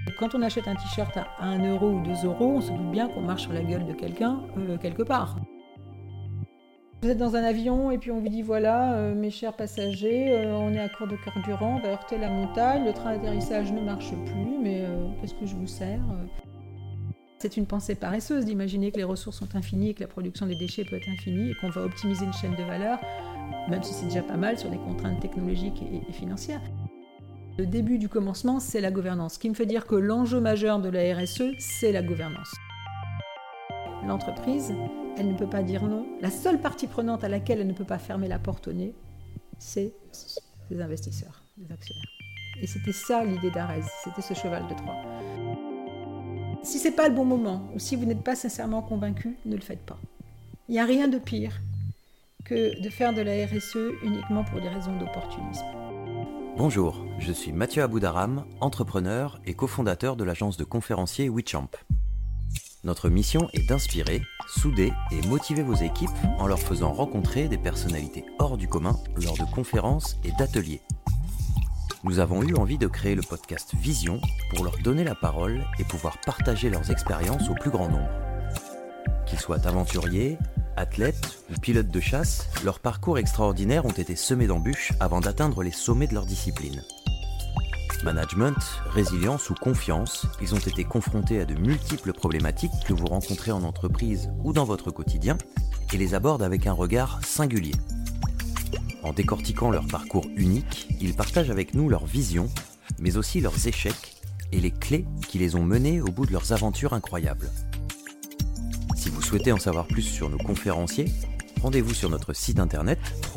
Quand on achète un t-shirt à 1 euro ou 2 euros, on se doute bien qu'on marche sur la gueule de quelqu'un quelque part. Vous êtes dans un avion et puis on vous dit voilà, mes chers passagers, on est à court de carburant, on va heurter la montagne, le train d'atterrissage ne marche plus, mais qu'est-ce que je vous sers C'est une pensée paresseuse d'imaginer que les ressources sont infinies et que la production des déchets peut être infinie et qu'on va optimiser une chaîne de valeur, même si c'est déjà pas mal sur des contraintes technologiques et financières. Le début du commencement, c'est la gouvernance, ce qui me fait dire que l'enjeu majeur de la RSE, c'est la gouvernance. L'entreprise, elle ne peut pas dire non. La seule partie prenante à laquelle elle ne peut pas fermer la porte au nez, c'est les investisseurs, les actionnaires. Et c'était ça l'idée d'Arès, c'était ce cheval de Troie. Si ce n'est pas le bon moment, ou si vous n'êtes pas sincèrement convaincu, ne le faites pas. Il n'y a rien de pire que de faire de la RSE uniquement pour des raisons d'opportunisme. Bonjour, je suis Mathieu Aboudaram, entrepreneur et cofondateur de l'agence de conférenciers WeChamp. Notre mission est d'inspirer, souder et motiver vos équipes en leur faisant rencontrer des personnalités hors du commun lors de conférences et d'ateliers. Nous avons eu envie de créer le podcast Vision pour leur donner la parole et pouvoir partager leurs expériences au plus grand nombre. Qu'ils soient aventuriers, athlètes ou pilotes de chasse, leurs parcours extraordinaires ont été semés d'embûches avant d'atteindre les sommets de leur discipline. Management, résilience ou confiance, ils ont été confrontés à de multiples problématiques que vous rencontrez en entreprise ou dans votre quotidien et les abordent avec un regard singulier. En décortiquant leur parcours unique, ils partagent avec nous leur vision, mais aussi leurs échecs et les clés qui les ont menés au bout de leurs aventures incroyables. Si vous souhaitez en savoir plus sur nos conférenciers, rendez-vous sur notre site internet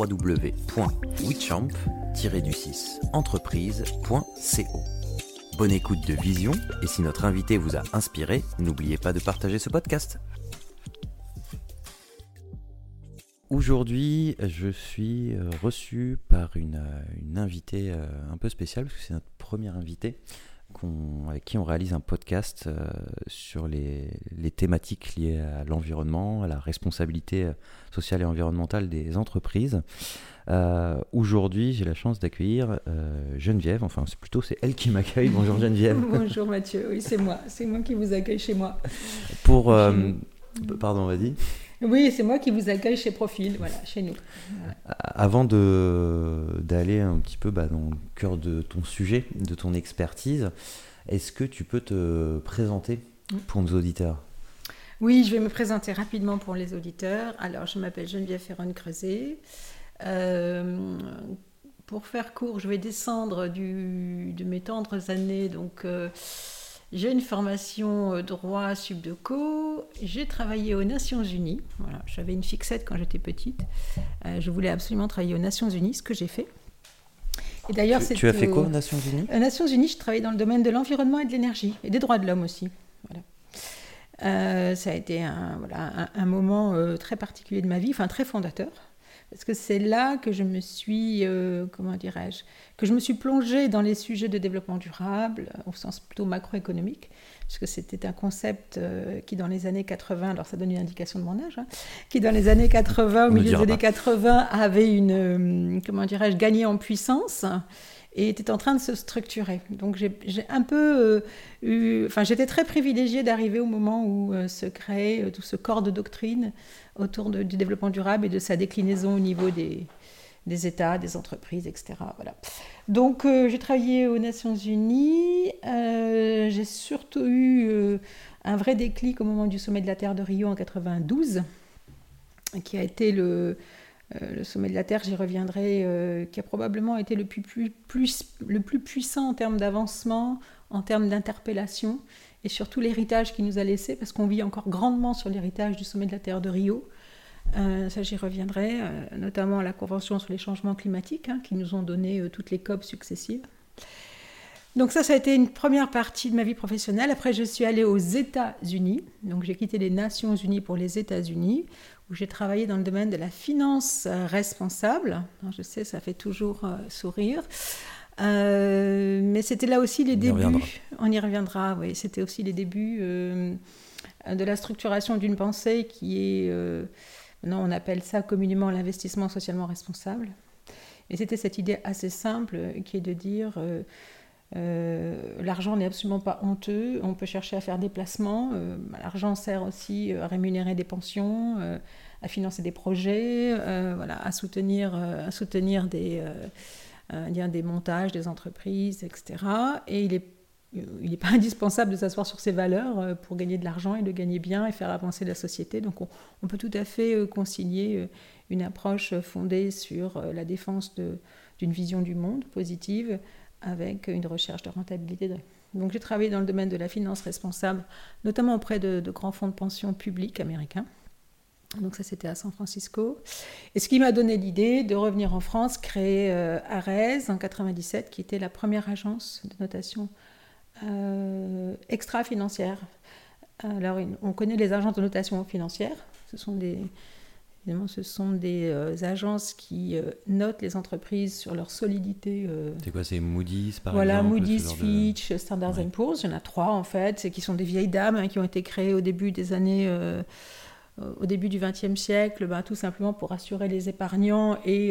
www.wechamp-entreprise.co. Bonne écoute de Vision, et si notre invité vous a inspiré, n'oubliez pas de partager ce podcast. Aujourd'hui, je suis reçu par une invitée un peu spéciale, parce que c'est notre première invitée avec qui on réalise un podcast sur les thématiques liées à l'environnement, à la responsabilité sociale et environnementale des entreprises. Aujourd'hui, j'ai la chance d'accueillir Geneviève, c'est elle qui m'accueille. Bonjour Geneviève. Bonjour Mathieu, oui c'est moi qui vous accueille chez moi. Pardon, vas-y. Oui, c'est moi qui vous accueille chez Profil, voilà, chez nous. Voilà. Avant d'aller un petit peu dans le cœur de ton sujet, de ton expertise, est-ce que tu peux te présenter pour nos auditeurs ? Oui, je vais me présenter rapidement pour les auditeurs. Alors, je m'appelle Geneviève Ferron-Creuset. Pour faire court, je vais descendre de mes tendres années, donc... J'ai une formation droit subdeco, j'ai travaillé aux Nations Unies, voilà, j'avais une fixette quand j'étais petite, je voulais absolument travailler aux Nations Unies, ce que j'ai fait. Et d'ailleurs, tu as fait quoi aux Nations Unies ? Aux Nations Unies, je travaillais dans le domaine de l'environnement et de l'énergie, et des droits de l'homme aussi. Voilà. Ça a été un moment très particulier de ma vie, enfin très fondateur. Parce que c'est là que je me suis, que je me suis plongée dans les sujets de développement durable, au sens plutôt macroéconomique, parce que c'était un concept qui, dans les années 80, alors ça donne une indication de mon âge, qui dans les années 80, au milieu des années 80, avait gagné en puissance et était en train de se structurer. Donc j'ai un peu j'étais très privilégiée d'arriver au moment où se créait tout ce corps de doctrine autour du développement durable et de sa déclinaison au niveau des États, des entreprises, etc. Voilà. Donc j'ai travaillé aux Nations Unies, j'ai surtout eu un vrai déclic au moment du sommet de la Terre de Rio en 92, qui a été le sommet de la Terre, j'y reviendrai, qui a probablement été le plus puissant en termes d'avancement, en termes d'interpellation, et surtout l'héritage qu'il nous a laissé, parce qu'on vit encore grandement sur l'héritage du sommet de la Terre de Rio. Ça, j'y reviendrai, notamment à la Convention sur les changements climatiques, qui nous ont donné toutes les COP successives. Donc ça a été une première partie de ma vie professionnelle. Après, je suis allée aux États-Unis. Donc j'ai quitté les Nations Unies pour les États-Unis, où j'ai travaillé dans le domaine de la finance responsable. Alors, je sais, ça fait toujours sourire. Mais c'était là aussi les débuts. On y reviendra, oui. C'était aussi les débuts de la structuration d'une pensée qui est... maintenant, on appelle ça communément l'investissement socialement responsable. Et c'était cette idée assez simple qui est de dire... L'argent n'est absolument pas honteux, on peut chercher à faire des placements, l'argent sert aussi à rémunérer des pensions, à financer des projets, à soutenir des montages, des entreprises, etc. Et il n'est pas indispensable de s'asseoir sur ses valeurs pour gagner de l'argent et de gagner bien et faire avancer la société. Donc on peut tout à fait concilier une approche fondée sur la défense d'une vision du monde positive avec une recherche de rentabilité. Donc j'ai travaillé dans le domaine de la finance responsable, notamment auprès de grands fonds de pension publics américains. Donc ça, c'était à San Francisco. Et ce qui m'a donné l'idée de revenir en France, créer ARES en 97, qui était la première agence de notation extra-financière. Alors, on connaît les agences de notation financière. Ce sont des agences qui notent les entreprises sur leur solidité. C'est quoi, c'est Moody's par exemple? Voilà, Moody's, Fitch, Standard & Poor's. Il y en a 3 en fait, qui sont des vieilles dames qui ont été créées au début des années... au début du XXe siècle, tout simplement pour assurer les épargnants et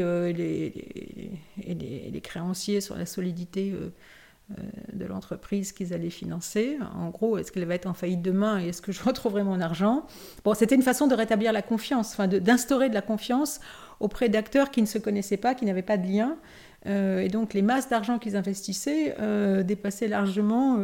les créanciers sur la solidité de l'entreprise qu'ils allaient financer. En gros, est-ce qu'elle va être en faillite demain et est-ce que je retrouverai mon argent ? Bon, c'était une façon de rétablir la confiance, d'instaurer de la confiance auprès d'acteurs qui ne se connaissaient pas, qui n'avaient pas de lien. Et donc les masses d'argent qu'ils investissaient dépassaient largement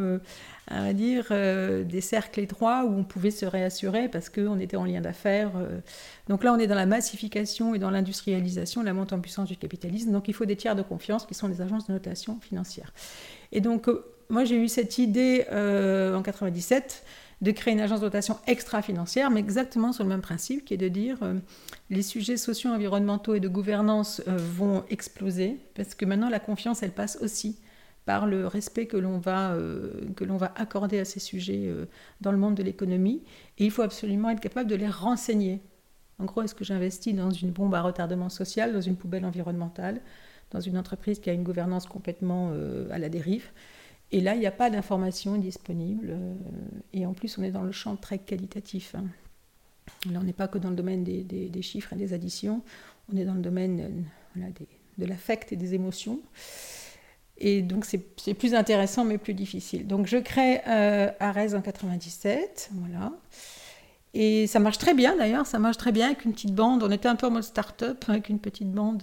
des cercles étroits où on pouvait se réassurer parce qu'on était en lien d'affaires. Donc là on est dans la massification et dans l'industrialisation, la montée en puissance du capitalisme. Donc il faut des tiers de confiance qui sont les agences de notation financière. Et donc moi j'ai eu cette idée en 97 de créer une agence de notation extra-financière, mais exactement sur le même principe, qui est de dire les sujets socio-environnementaux et de gouvernance vont exploser, parce que maintenant la confiance, elle passe aussi par le respect que l'on va accorder à ces sujets dans le monde de l'économie, et il faut absolument être capable de les renseigner. En gros, est-ce que j'investis dans une bombe à retardement social, dans une poubelle environnementale, dans une entreprise qui a une gouvernance complètement à la dérive ? Et là, il n'y a pas d'informations disponibles. Et en plus, on est dans le champ très qualitatif. Là, on n'est pas que dans le domaine des chiffres et des additions. On est dans le domaine de l'affect et des émotions. Et donc, c'est plus intéressant, mais plus difficile. Donc, je crée ARES en 97. Voilà. Et ça marche très bien, d'ailleurs. Ça marche très bien avec une petite bande. On était un peu en mode start-up, avec une petite bande...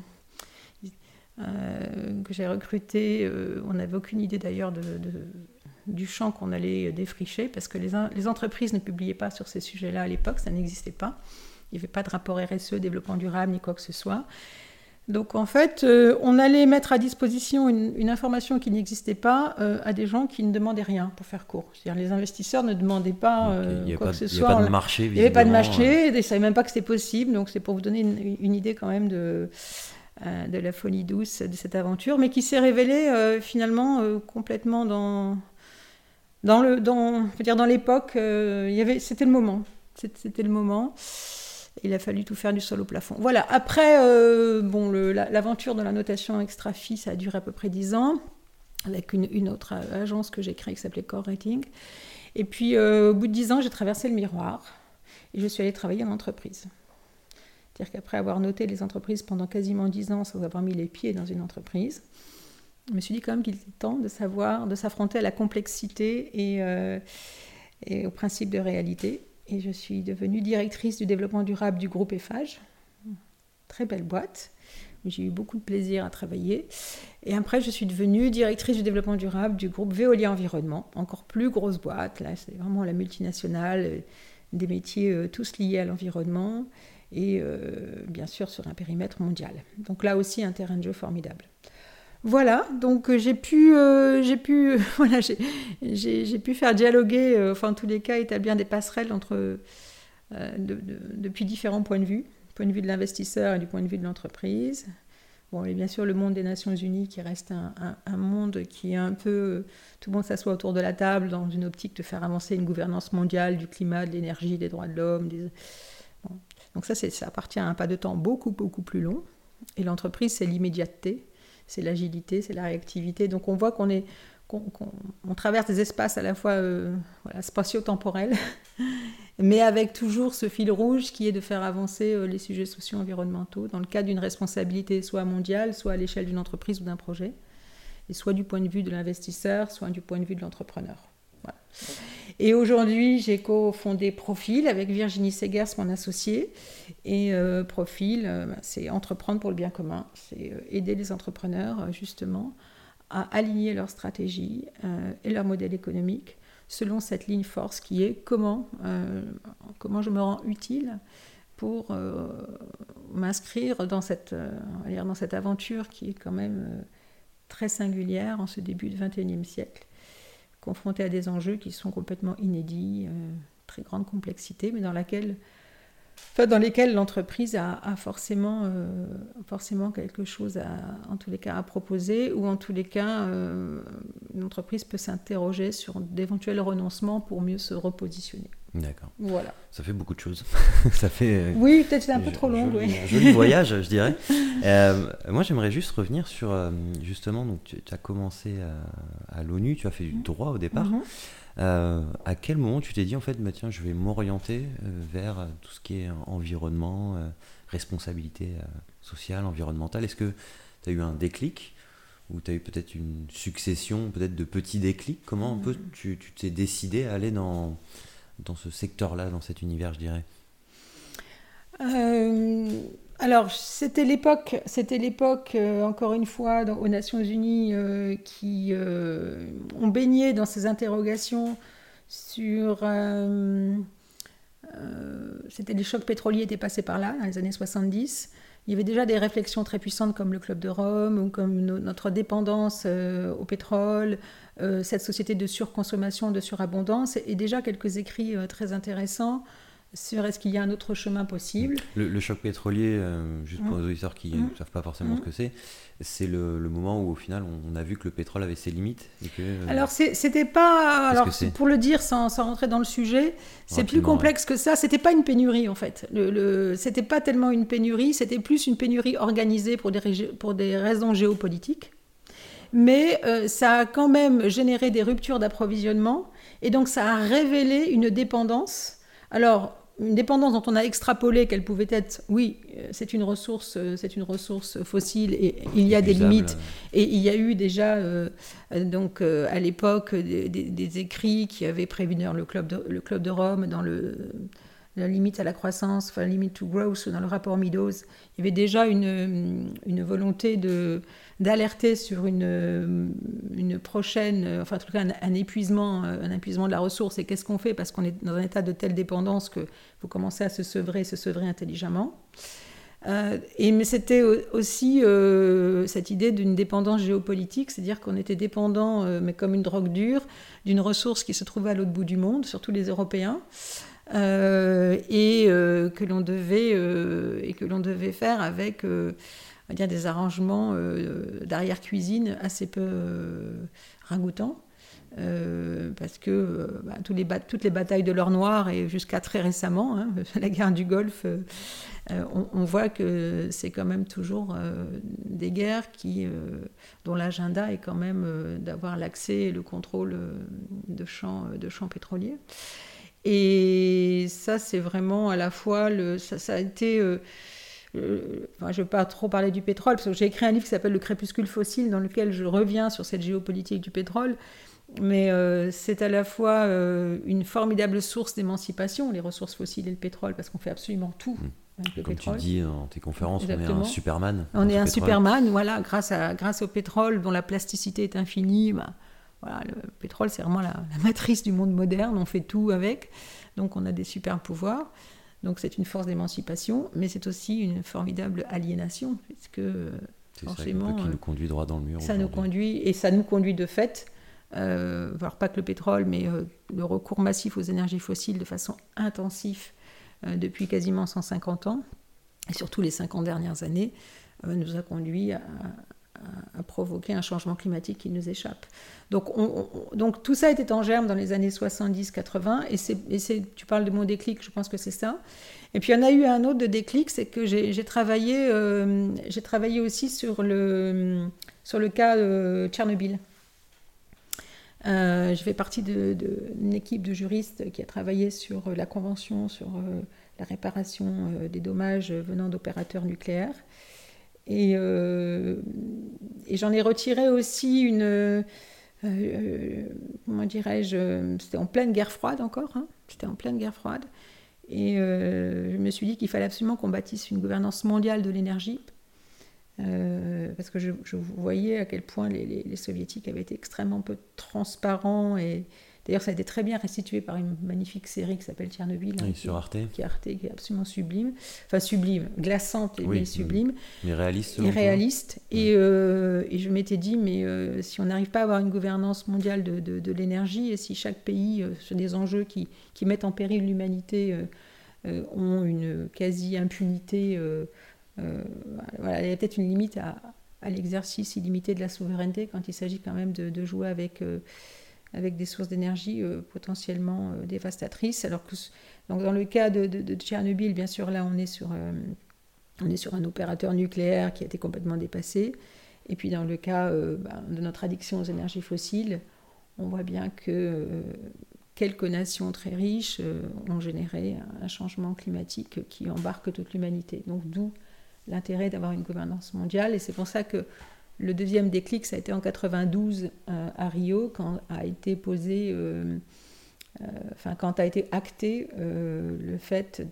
que j'ai recruté. On n'avait aucune idée d'ailleurs du champ qu'on allait défricher parce que les entreprises ne publiaient pas sur ces sujets-là à l'époque, ça n'existait pas. Il n'y avait pas de rapport RSE, développement durable, ni quoi que ce soit. Donc en fait, on allait mettre à disposition une information qui n'existait pas à des gens qui ne demandaient rien, pour faire court. C'est-à-dire les investisseurs ne demandaient pas quoi que ce soit. Il n'y avait pas de marché, visiblement. Il n'y avait pas de marché, ils ne savaient même pas que c'était possible. Donc c'est pour vous donner une idée quand même de la folie douce de cette aventure, mais qui s'est révélée finalement complètement dans l'époque. C'était le moment. C'était le moment. Il a fallu tout faire du sol au plafond. Voilà. Après, l'aventure de la notation extra-FI, ça a duré à peu près 10 ans, avec une autre agence que j'ai créée qui s'appelait Core Rating. Et puis, au bout de 10 ans, j'ai traversé le miroir et je suis allée travailler en entreprise. C'est-à-dire qu'après avoir noté les entreprises pendant quasiment 10 ans sans avoir mis les pieds dans une entreprise, je me suis dit quand même qu'il était temps de s'affronter à la complexité et au principe de réalité. Et je suis devenue directrice du développement durable du groupe Eiffage. Très belle boîte, où j'ai eu beaucoup de plaisir à travailler. Et après, je suis devenue directrice du développement durable du groupe Veolia Environnement, encore plus grosse boîte. Là, c'est vraiment la multinationale, des métiers tous liés à l'environnement. Et bien sûr sur un périmètre mondial. Donc là aussi un terrain de jeu formidable. Voilà, donc j'ai pu faire dialoguer, en tous les cas établir des passerelles entre depuis différents points de vue, du point de vue de l'investisseur et du point de vue de l'entreprise. Bon, et bien sûr le monde des Nations Unies qui reste un monde qui est un peu... Tout le monde s'assoit autour de la table dans une optique de faire avancer une gouvernance mondiale du climat, de l'énergie, des droits de l'homme, Bon. Donc ça appartient à un pas de temps beaucoup, beaucoup plus long. Et l'entreprise, c'est l'immédiateté, c'est l'agilité, c'est la réactivité. Donc on voit qu'on traverse des espaces à la fois spatio-temporels, mais avec toujours ce fil rouge qui est de faire avancer les sujets socio-environnementaux dans le cadre d'une responsabilité soit mondiale, soit à l'échelle d'une entreprise ou d'un projet. et soit du point de vue de l'investisseur, soit du point de vue de l'entrepreneur. Voilà. Et aujourd'hui, j'ai cofondé Profil avec Virginie Segers, mon associée. Et Profil, c'est entreprendre pour le bien commun. C'est aider les entrepreneurs, justement, à aligner leur stratégie et leur modèle économique selon cette ligne force qui est comment je me rends utile pour m'inscrire dans cette aventure qui est quand même très singulière en ce début du XXIe siècle, confrontée à des enjeux qui sont complètement inédits, très grande complexité, mais dans lesquels l'entreprise a forcément quelque chose en tous les cas à proposer, ou en tous les cas l'entreprise peut s'interroger sur d'éventuels renoncements pour mieux se repositionner. D'accord. Voilà. Ça fait beaucoup de choses. Ça fait, oui, peut-être c'est un peu trop long. Un joli voyage, je dirais. Moi, j'aimerais juste revenir sur, justement, donc, tu as commencé à l'ONU, tu as fait du droit au départ. À quel moment tu t'es dit, en fait, bah, tiens, je vais m'orienter vers tout ce qui est environnement, responsabilité sociale, environnementale. Est-ce que tu as eu un déclic ou tu as eu peut-être une succession peut-être de petits déclics? Comment un peu tu t'es décidé à aller dans ce secteur-là, dans cet univers, je dirais? Alors, c'était l'époque, encore une fois, aux Nations Unies, qui ont baigné dans ces interrogations sur... c'était les chocs pétroliers étaient passés par là, dans les années 70. Il y avait déjà des réflexions très puissantes comme le Club de Rome ou comme notre dépendance au pétrole, cette société de surconsommation, de surabondance, et déjà quelques écrits très intéressants sur est-ce qu'il y a un autre chemin possible. Le choc pétrolier, juste pour les auditeurs qui ne savent pas forcément ce que c'est le moment où au final on a vu que le pétrole avait ses limites. Et que, alors c'était pas, alors pour le dire sans rentrer dans le sujet, c'est plus complexe que ça. C'était pas une pénurie en fait. C'était pas tellement une pénurie, c'était plus une pénurie organisée pour des raisons géopolitiques. Mais ça a quand même généré des ruptures d'approvisionnement et donc ça a révélé une dépendance. Alors, une dépendance dont on a extrapolé qu'elle pouvait être, oui, c'est une ressource fossile et il y a des limites. Et il y a eu déjà, à l'époque, des écrits qui avaient prévenu le club de Rome dans la limite à la croissance, enfin limit to growth, dans le rapport Meadows. Il y avait déjà une volonté d'alerter sur une prochaine, enfin en tout cas un épuisement de la ressource. Et qu'est-ce qu'on fait? Parce qu'on est dans un état de telle dépendance qu'il faut commencer à se sevrer intelligemment. Mais c'était aussi cette idée d'une dépendance géopolitique, c'est-à-dire qu'on était dépendant, mais comme une drogue dure, d'une ressource qui se trouvait à l'autre bout du monde, surtout les Européens. Que l'on devait faire avec on va dire des arrangements d'arrière-cuisine assez peu ragoûtants, parce que toutes les batailles de l'or noir et jusqu'à très récemment, la guerre du Golfe, on voit que c'est quand même toujours des guerres dont l'agenda est quand même d'avoir l'accès et le contrôle de champs pétroliers. Et ça, c'est vraiment à la fois, ça a été... je ne vais pas trop parler du pétrole, parce que j'ai écrit un livre qui s'appelle « Le crépuscule fossile », dans lequel je reviens sur cette géopolitique du pétrole. Mais c'est à la fois une formidable source d'émancipation, les ressources fossiles et le pétrole, parce qu'on fait absolument tout avec le pétrole. Comme tu dis dans tes conférences, Exactement. On est un Superman. On est un Superman, voilà, grâce au pétrole, dont la plasticité est infinie. Voilà, le pétrole, c'est vraiment la matrice du monde moderne, on fait tout avec, donc on a des super pouvoirs. Donc c'est une force d'émancipation, mais c'est aussi une formidable aliénation, puisque forcément... C'est ça qui nous conduit droit dans le mur. Ça nous conduit de fait, alors pas que le pétrole, mais le recours massif aux énergies fossiles de façon intensive depuis quasiment 150 ans, et surtout les 50 dernières années, nous a conduit à provoquer un changement climatique qui nous échappe. Donc tout ça était en germe dans les années 70-80, et tu parles de mon déclic, je pense que c'est ça. Et puis il y en a eu un autre de déclic, c'est que j'ai travaillé aussi sur le cas Tchernobyl. Je fais partie d'une équipe de juristes qui a travaillé sur la convention sur la réparation des dommages venant d'opérateurs nucléaires. Et j'en ai retiré aussi comment dirais-je, c'était en pleine guerre froide encore, hein, c'était en pleine guerre froide. Et je me suis dit qu'il fallait absolument qu'on bâtisse une gouvernance mondiale de l'énergie, parce que je voyais à quel point les soviétiques avaient été extrêmement peu transparents. Et d'ailleurs, ça a été très bien restitué par une magnifique série qui s'appelle Tchernobyl, oui, sur Arte. Qui est absolument sublime. Enfin, sublime, glaçante, mais sublime. Mais réaliste. Et réaliste. Et je m'étais dit, mais si on n'arrive pas à avoir une gouvernance mondiale de l'énergie, et si chaque pays, sur des enjeux qui mettent en péril l'humanité, ont une quasi-impunité, voilà, il y a peut-être une limite à l'exercice illimité de la souveraineté quand il s'agit quand même de jouer avec des sources d'énergie potentiellement dévastatrices. Alors que donc dans le cas de Tchernobyl, bien sûr, là on est sur un opérateur nucléaire qui a été complètement dépassé. Et puis dans le cas de notre addiction aux énergies fossiles, on voit bien que quelques nations très riches ont généré un changement climatique qui embarque toute l'humanité. Donc d'où l'intérêt d'avoir une gouvernance mondiale. Et c'est pour ça que le deuxième déclic, ça a été en 92 à Rio, quand a été posé, quand a été acté le fait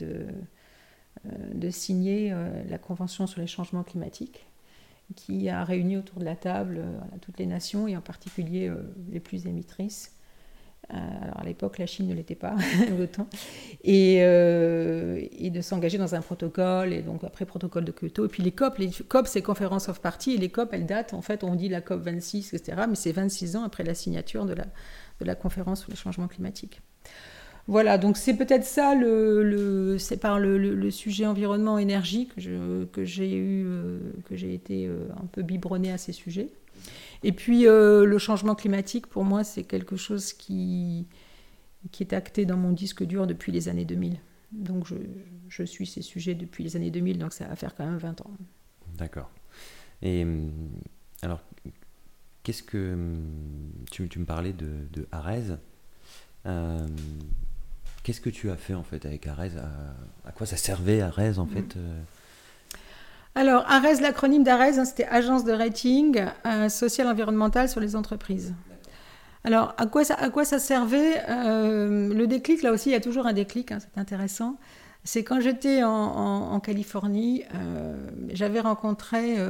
de signer la Convention sur les changements climatiques, qui a réuni autour de la table toutes les nations, et en particulier les plus émettrices. Alors à l'époque, la Chine ne l'était pas autant, et de s'engager dans un protocole, et donc après protocole de Kyoto, et puis les COP, c'est Conference of Parties, et les COP, elles datent, en fait, on dit la COP 26, etc., mais c'est 26 ans après la signature de la conférence sur les changements climatiques. Voilà, donc c'est peut-être ça, c'est par le sujet environnement-énergie que j'ai été un peu biberonnée à ces sujets. Et puis le changement climatique, pour moi, c'est quelque chose qui est acté dans mon disque dur depuis les années 2000. Donc je suis ces sujets depuis les années 2000, donc ça va faire quand même 20 ans. D'accord. Et alors, qu'est-ce que... Tu me parlais de ARES. Qu'est-ce que tu as fait en fait avec ARES ? À quoi ça servait ARES en fait Alors, ARES, l'acronyme d'ARES, c'était Agence de rating social environnemental sur les entreprises. Alors, à quoi ça servait le déclic, là aussi, il y a toujours un déclic, hein, c'est intéressant. C'est quand j'étais en Californie, j'avais rencontré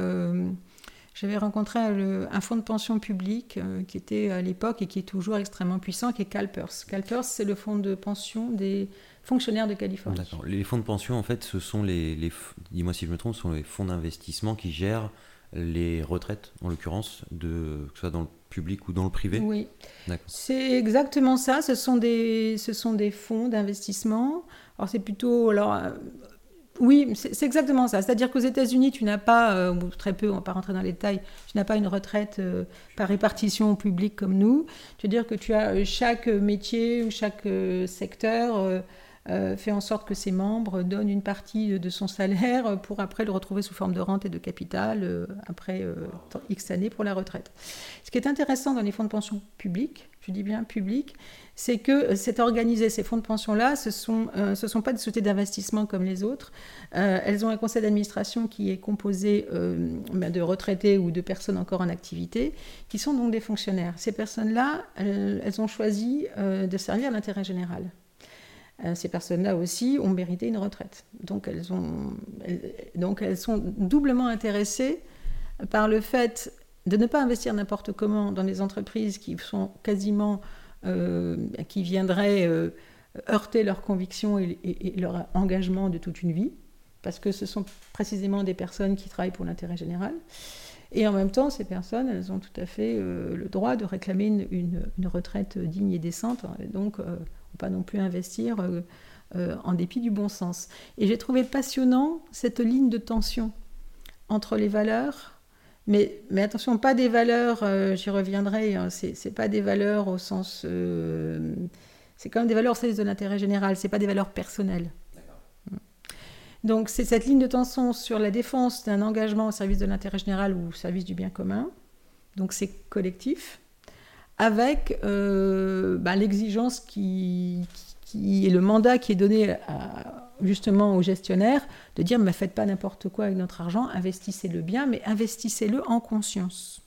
un fonds de pension public qui était à l'époque et qui est toujours extrêmement puissant, qui est CalPERS. CalPERS, c'est le fonds de pension des fonctionnaires de Californie. D'accord. Les fonds de pension, en fait, ce sont dis-moi si je me trompe, ce sont les fonds d'investissement qui gèrent les retraites, en l'occurrence, que ce soit dans le public ou dans le privé. Oui, d'accord. C'est exactement ça. Ce sont des fonds d'investissement. Alors c'est plutôt... oui, c'est exactement ça. C'est-à-dire qu'aux États-Unis, tu n'as pas, ou très peu, on ne va pas rentrer dans les détails, tu n'as pas une retraite par répartition au public comme nous. C'est-à-dire que tu as chaque métier ou chaque secteur fait en sorte que ses membres donnent une partie de son salaire pour après le retrouver sous forme de rente et de capital après X années pour la retraite. Ce qui est intéressant dans les fonds de pension publics, je dis bien publics, c'est que c'est organisé. Ces fonds de pension-là, ce sont pas des sociétés d'investissement comme les autres. Elles ont un conseil d'administration qui est composé de retraités ou de personnes encore en activité, qui sont donc des fonctionnaires. Ces personnes-là, elles ont choisi de servir l'intérêt général. Ces personnes-là aussi ont mérité une retraite. Donc elles sont doublement intéressées par le fait de ne pas investir n'importe comment dans des entreprises qui sont quasiment... qui viendraient heurter leurs convictions et leur engagement de toute une vie, parce que ce sont précisément des personnes qui travaillent pour l'intérêt général. Et en même temps, ces personnes, elles ont tout à fait le droit de réclamer une retraite digne et décente, donc pas non plus investir en dépit du bon sens. Et j'ai trouvé passionnant cette ligne de tension entre les valeurs, mais attention, pas des valeurs, j'y reviendrai, hein, c'est pas des valeurs au sens... c'est quand même des valeurs au service de l'intérêt général, c'est pas des valeurs personnelles. D'accord. Donc c'est cette ligne de tension sur la défense d'un engagement au service de l'intérêt général ou au service du bien commun, donc c'est collectif, avec l'exigence qui est le mandat qui est donné justement aux gestionnaires de dire mais faites pas n'importe quoi avec notre argent, investissez-le bien, mais investissez-le en conscience.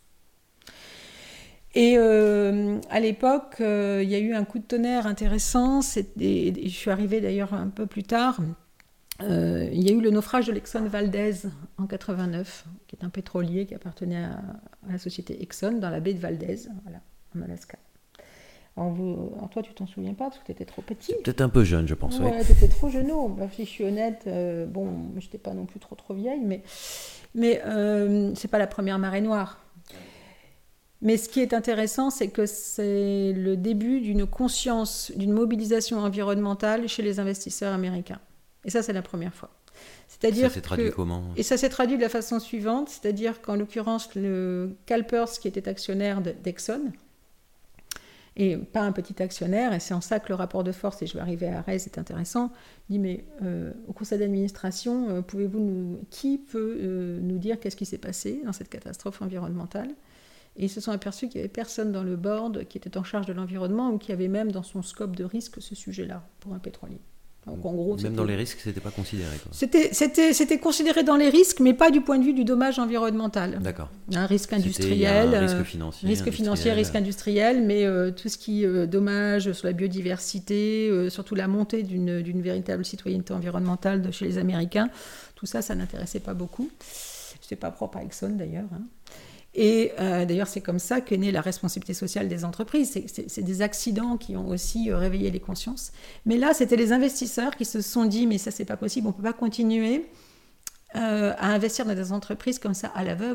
Et à l'époque, il y a eu un coup de tonnerre intéressant, je suis arrivée d'ailleurs un peu plus tard, il y a eu le naufrage de l'Exxon Valdez en 89, qui est un pétrolier qui appartenait à la société Exxon dans la baie de Valdez, voilà, en Alaska. Alors toi, tu t'en souviens pas parce que tu étais trop petit. Peut-être un peu jeune, je pense. Ouais, tu étais trop jeune. Si je suis honnête, bon, je n'étais pas non plus trop vieille, mais c'est pas la première marée noire. Mais ce qui est intéressant, c'est que c'est le début d'une conscience, d'une mobilisation environnementale chez les investisseurs américains. Et ça, c'est la première fois. C'est-à-dire ça s'est traduit comment ? Et ça s'est traduit de la façon suivante, c'est-à-dire qu'en l'occurrence, le CalPERS, qui était actionnaire d'Exxon, et pas un petit actionnaire, et c'est en ça que le rapport de force, et je vais arriver à Arès, est intéressant, dit mais au conseil d'administration, qui peut nous dire qu'est-ce qui s'est passé dans cette catastrophe environnementale ? Et ils se sont aperçus qu'il n'y avait personne dans le board qui était en charge de l'environnement ou qui avait même dans son scope de risque ce sujet-là pour un pétrolier. Donc, en gros, même dans les risques, c'était pas considéré, quoi. C'était considéré dans les risques, mais pas du point de vue du dommage environnemental. D'accord. Un risque industriel, un risque financier, risque industriel, mais tout ce qui dommage sur la biodiversité, surtout la montée d'une véritable citoyenneté environnementale chez les Américains, tout ça, ça n'intéressait pas beaucoup. C'est pas propre à Exxon d'ailleurs. Hein. Et d'ailleurs, c'est comme ça qu'est née la responsabilité sociale des entreprises. C'est des accidents qui ont aussi réveillé les consciences. Mais là, c'était les investisseurs qui se sont dit « mais ça, c'est pas possible, on ne peut pas continuer à investir dans des entreprises comme ça à l'aveugle ».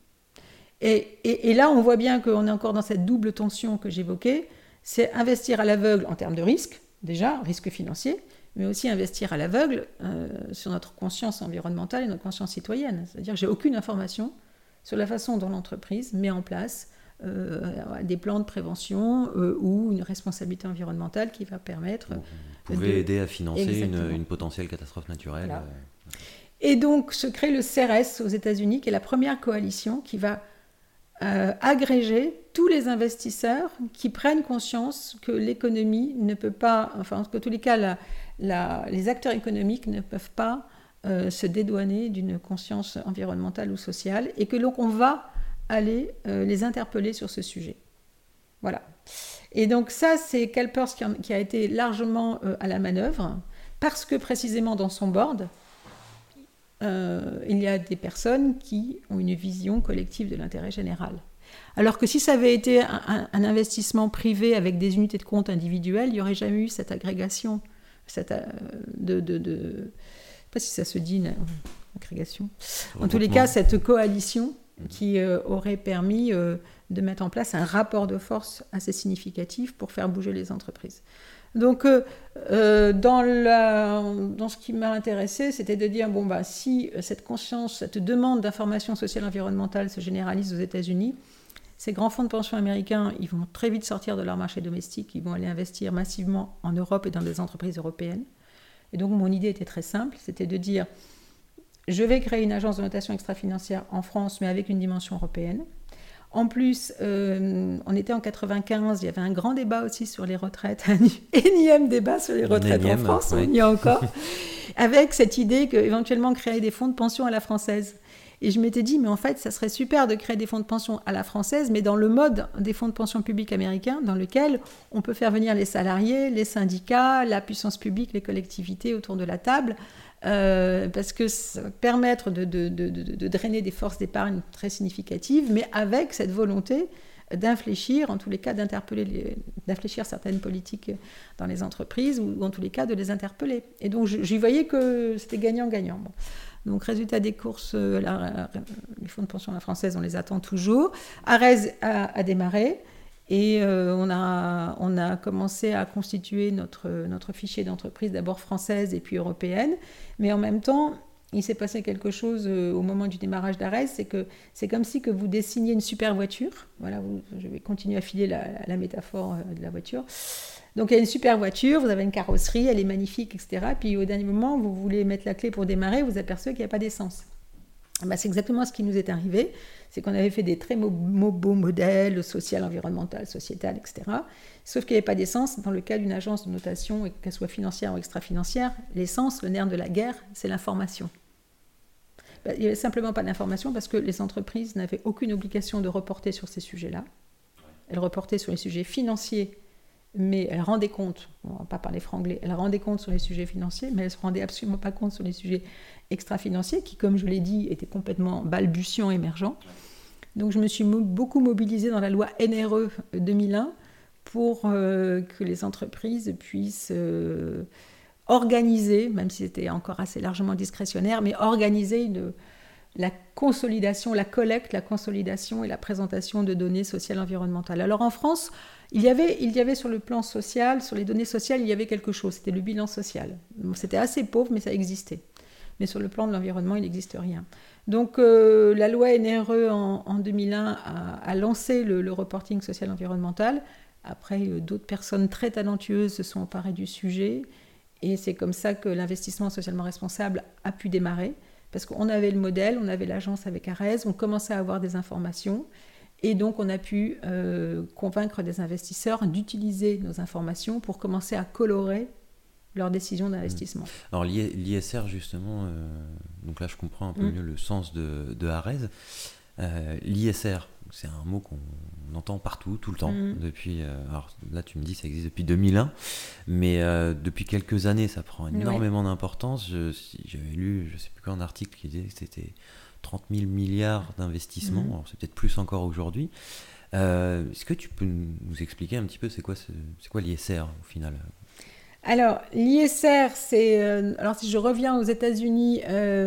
Et là, on voit bien qu'on est encore dans cette double tension que j'évoquais. C'est investir à l'aveugle en termes de risque, déjà, risque financier, mais aussi investir à l'aveugle sur notre conscience environnementale et notre conscience citoyenne. C'est-à-dire que j'ai aucune information sur la façon dont l'entreprise met en place des plans de prévention ou une responsabilité environnementale qui va permettre... Vous pouvez aider à financer une potentielle catastrophe naturelle. Voilà. Et donc se crée le CERES aux États-Unis, qui est la première coalition qui va agréger tous les investisseurs qui prennent conscience que l'économie ne peut pas... Enfin, en tous les cas, les acteurs économiques ne peuvent pas se dédouaner d'une conscience environnementale ou sociale, et que donc on va aller les interpeller sur ce sujet. Voilà. Et donc ça, c'est CalPERS qui a été largement à la manœuvre, parce que précisément dans son board, il y a des personnes qui ont une vision collective de l'intérêt général. Alors que si ça avait été un investissement privé avec des unités de compte individuelles, il n'y aurait jamais eu cette agrégation, pas si ça se dit, agrégation. En tous les cas, cette coalition qui aurait permis de mettre en place un rapport de force assez significatif pour faire bouger les entreprises. Donc, dans ce qui m'a intéressé, c'était de dire, si cette conscience, cette demande d'information sociale et environnementale se généralise aux États-Unis, ces grands fonds de pension américains, ils vont très vite sortir de leur marché domestique, ils vont aller investir massivement en Europe et dans des entreprises européennes. Et donc, mon idée était très simple, c'était de dire, je vais créer une agence de notation extra-financière en France, mais avec une dimension européenne. En plus, on était en 95, il y avait un grand débat aussi sur les retraites, un énième débat sur les retraites en France, on y est encore, avec cette idée qu'éventuellement créer des fonds de pension à la française. Et je m'étais dit, mais en fait, ça serait super de créer des fonds de pension à la française, mais dans le mode des fonds de pension publics américains, dans lequel on peut faire venir les salariés, les syndicats, la puissance publique, les collectivités autour de la table, parce que ça va permettre de drainer des forces d'épargne très significatives, mais avec cette volonté d'infléchir, en tous les cas d'infléchir certaines politiques dans les entreprises, ou en tous les cas de les interpeller. Et donc j'y voyais que c'était gagnant-gagnant. Bon. Donc, résultat des courses, les fonds de pension à la française, on les attend toujours. Arès a démarré et on a commencé à constituer notre fichier d'entreprise, d'abord française et puis européenne. Mais en même temps, il s'est passé quelque chose au moment du démarrage d'Arès, c'est que c'est comme si que vous dessiniez une super voiture. Voilà, je vais continuer à filer la métaphore de la voiture. Donc, il y a une super voiture, vous avez une carrosserie, elle est magnifique, etc. Puis, au dernier moment, vous voulez mettre la clé pour démarrer, vous apercevez qu'il n'y a pas d'essence. C'est exactement ce qui nous est arrivé. C'est qu'on avait fait des très beaux modèles social, environnemental, sociétal, etc. Sauf qu'il n'y avait pas d'essence. Dans le cas d'une agence de notation, qu'elle soit financière ou extra-financière, l'essence, le nerf de la guerre, c'est l'information. Il n'y avait simplement pas d'information parce que les entreprises n'avaient aucune obligation de reporter sur ces sujets-là. Elles reportaient sur les sujets financiers, mais elles rendaient compte, on ne va pas parler franglais, elles rendaient compte sur les sujets financiers, mais elles ne se rendaient absolument pas compte sur les sujets extra-financiers qui, comme je l'ai dit, étaient complètement balbutiants, émergents. Donc je me suis beaucoup mobilisée dans la loi NRE 2001 pour que les entreprises puissent organiser, même si c'était encore assez largement discrétionnaire, mais organiser la consolidation, la collecte, la consolidation et la présentation de données sociales et environnementales. Alors en France, il y avait sur le plan social, sur les données sociales, il y avait quelque chose, c'était le bilan social. C'était assez pauvre, mais ça existait. Mais sur le plan de l'environnement, il n'existe rien. Donc la loi NRE en 2001 a lancé le reporting social environnemental. Après, d'autres personnes très talentueuses se sont emparées du sujet. Et c'est comme ça que l'investissement socialement responsable a pu démarrer. Parce qu'on avait le modèle, on avait l'agence avec ARES, on commençait à avoir des informations. Et donc, on a pu convaincre des investisseurs d'utiliser nos informations pour commencer à colorer leurs décisions d'investissement. Alors, l'ISR, justement, donc là, je comprends un peu mieux le sens de ARES. L'ISR, c'est un mot qu'on entend partout, tout le temps. Depuis, alors là, tu me dis ça existe depuis 2001, mais depuis quelques années, ça prend énormément d'importance. J'avais lu, je ne sais plus quoi, un article qui disait que c'était 30 000 milliards d'investissements. Alors, c'est peut-être plus encore aujourd'hui. Est-ce que tu peux nous expliquer un petit peu c'est quoi l'ISR au final ? Alors, l'ISR, alors si je reviens aux États-Unis,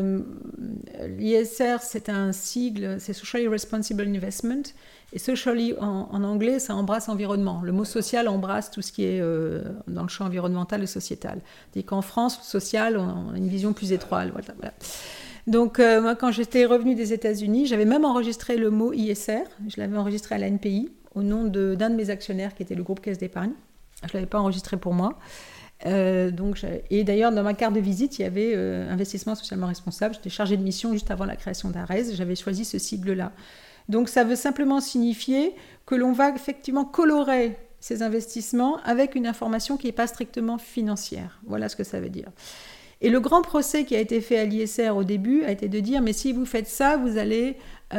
l'ISR, c'est un sigle, c'est Socially Responsible Investment. Et socially, en anglais, ça embrasse environnement. Le mot social embrasse tout ce qui est dans le champ environnemental et sociétal. C'est qu'en France, social, on a une vision plus étroite. Voilà. Donc, moi, quand j'étais revenue des États-Unis, j'avais même enregistré le mot ISR. Je l'avais enregistré à l'ANPI, au nom d'un de mes actionnaires, qui était le groupe Caisse d'Épargne. Je ne l'avais pas enregistré pour moi. Et d'ailleurs, dans ma carte de visite, il y avait investissement socialement responsable. J'étais chargée de mission juste avant la création d'ARES. J'avais choisi ce sigle-là. Donc, ça veut simplement signifier que l'on va effectivement colorer ces investissements avec une information qui n'est pas strictement financière. Voilà ce que ça veut dire. Et le grand procès qui a été fait à l'ISR au début a été de dire, mais si vous faites ça, vous allez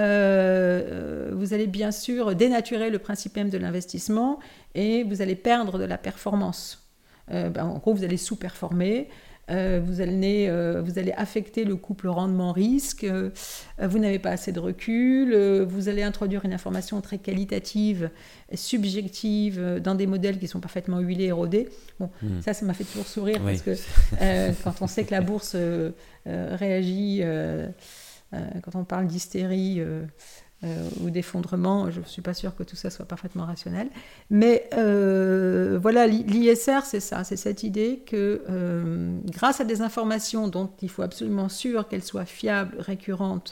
bien sûr dénaturer le principe même de l'investissement et vous allez perdre de la performance. En gros, vous allez sous-performer, vous allez affecter le couple rendement-risque, vous n'avez pas assez de recul, vous allez introduire une information très qualitative, subjective, dans des modèles qui sont parfaitement huilés, érodés. Bon, ça m'a fait toujours sourire, parce que quand on sait que la bourse réagit, quand on parle d'hystérie ou d'effondrement, je ne suis pas sûre que tout ça soit parfaitement rationnel. Mais voilà, l'ISR, c'est ça, c'est cette idée que grâce à des informations dont il faut absolument sûr qu'elles soient fiables, récurrentes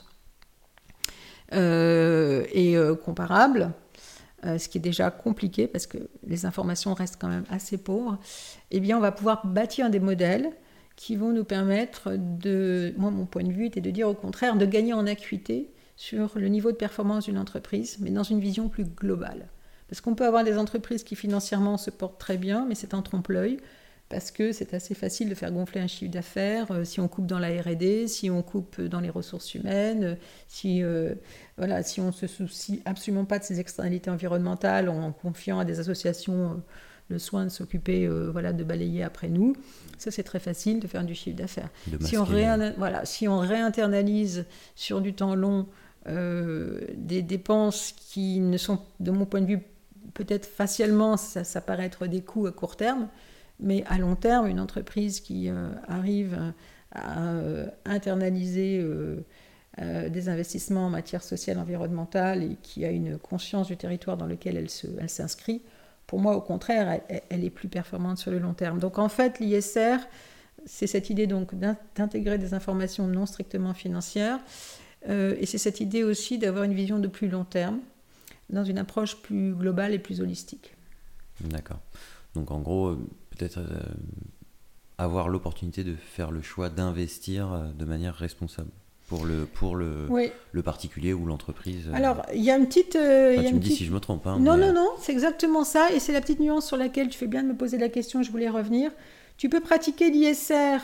et comparables, ce qui est déjà compliqué parce que les informations restent quand même assez pauvres, eh bien on va pouvoir bâtir des modèles qui vont nous permettre moi mon point de vue était de dire au contraire, de gagner en acuité sur le niveau de performance d'une entreprise, mais dans une vision plus globale. Parce qu'on peut avoir des entreprises qui financièrement se portent très bien, mais c'est un trompe-l'œil, parce que c'est assez facile de faire gonfler un chiffre d'affaires si on coupe dans la R&D, si on coupe dans les ressources humaines, si on ne se soucie absolument pas de ces externalités environnementales en confiant à des associations le soin de s'occuper de balayer après nous. Ça, c'est très facile de faire du chiffre d'affaires. Si on réinternalise sur du temps long des dépenses qui ne sont, de mon point de vue, peut-être facialement, ça paraît être des coûts à court terme, mais à long terme, une entreprise qui arrive à internaliser des investissements en matière sociale, environnementale et qui a une conscience du territoire dans lequel elle s'inscrit, pour moi, au contraire, elle est plus performante sur le long terme. Donc en fait, l'ISR, c'est cette idée donc d'intégrer des informations non strictement financières et c'est cette idée aussi d'avoir une vision de plus long terme dans une approche plus globale et plus holistique. D'accord. Donc en gros, peut-être avoir l'opportunité de faire le choix d'investir de manière responsable. pour Oui. le particulier ou l'entreprise. Alors, il y a une petite... tu me dis si je me trompe. Hein, non, c'est exactement ça. Et c'est la petite nuance sur laquelle tu fais bien de me poser la question, je voulais revenir. Tu peux pratiquer l'ISR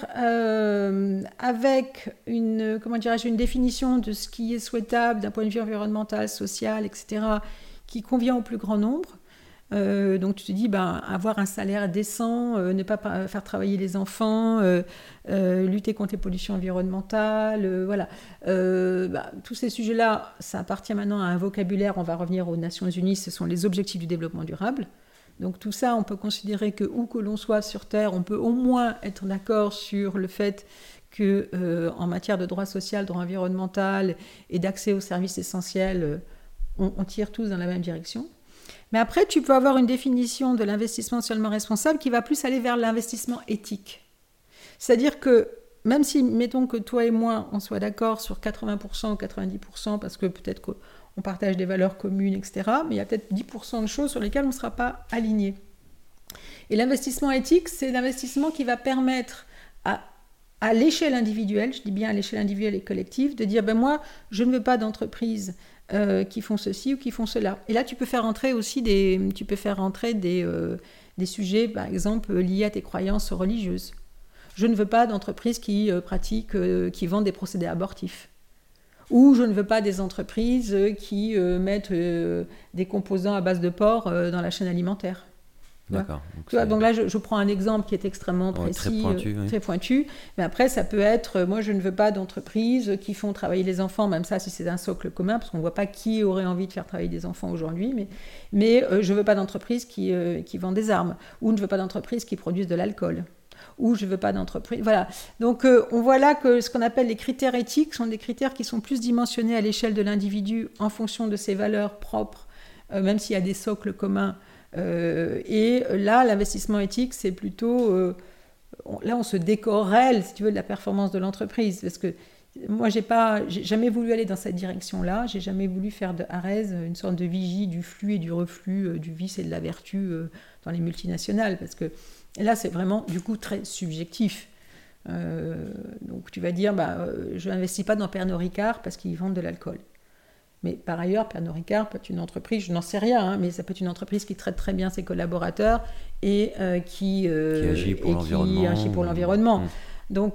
avec une définition de ce qui est souhaitable d'un point de vue environnemental, social, etc., qui convient au plus grand nombre. Donc tu te dis, avoir un salaire décent, ne pas faire travailler les enfants, lutter contre les pollutions environnementales, voilà. Tous ces sujets-là, ça appartient maintenant à un vocabulaire, on va revenir aux Nations Unies, ce sont les objectifs du développement durable. Donc tout ça, on peut considérer que où que l'on soit sur Terre, on peut au moins être d'accord sur le fait que en matière de droit social, droit environnemental et d'accès aux services essentiels, on tire tous dans la même direction. Mais après, tu peux avoir une définition de l'investissement socialement responsable qui va plus aller vers l'investissement éthique. C'est-à-dire que même si, mettons que toi et moi, on soit d'accord sur 80% ou 90%, parce que peut-être qu'on partage des valeurs communes, etc., mais il y a peut-être 10% de choses sur lesquelles on ne sera pas aligné. Et l'investissement éthique, c'est l'investissement qui va permettre à l'échelle individuelle, je dis bien à l'échelle individuelle et collective, de dire, moi, je ne veux pas d'entreprise qui font ceci ou qui font cela. Et là, tu peux faire entrer aussi des sujets, par exemple, liés à tes croyances religieuses. Je ne veux pas d'entreprises qui qui vendent des procédés abortifs. Ou je ne veux pas des entreprises qui mettent des composants à base de porc dans la chaîne alimentaire. D'accord. Donc là, je prends un exemple qui est extrêmement précis, très pointu. Mais après, ça peut être, moi, je ne veux pas d'entreprises qui font travailler les enfants, même ça, si c'est un socle commun, parce qu'on ne voit pas qui aurait envie de faire travailler des enfants aujourd'hui. Mais je ne veux pas d'entreprises qui vendent des armes, ou je ne veux pas d'entreprises qui produisent de l'alcool, ou je ne veux pas d'entreprise. Voilà. Donc, on voit là que ce qu'on appelle les critères éthiques sont des critères qui sont plus dimensionnés à l'échelle de l'individu en fonction de ses valeurs propres, même s'il y a des socles communs. Et là, l'investissement éthique, c'est plutôt... là, on se décorrèle, si tu veux, de la performance de l'entreprise. Parce que moi, j'ai jamais voulu aller dans cette direction-là. J'ai jamais voulu faire de Arès une sorte de vigie du flux et du reflux, du vice et de la vertu dans les multinationales. Parce que là, c'est vraiment, du coup, très subjectif. Donc, tu vas dire, je n'investis pas dans Pernod Ricard parce qu'ils vendent de l'alcool. Mais par ailleurs, Pernod Ricard peut être une entreprise, je n'en sais rien, mais ça peut être une entreprise qui traite très bien ses collaborateurs et qui agit pour l'environnement. Donc,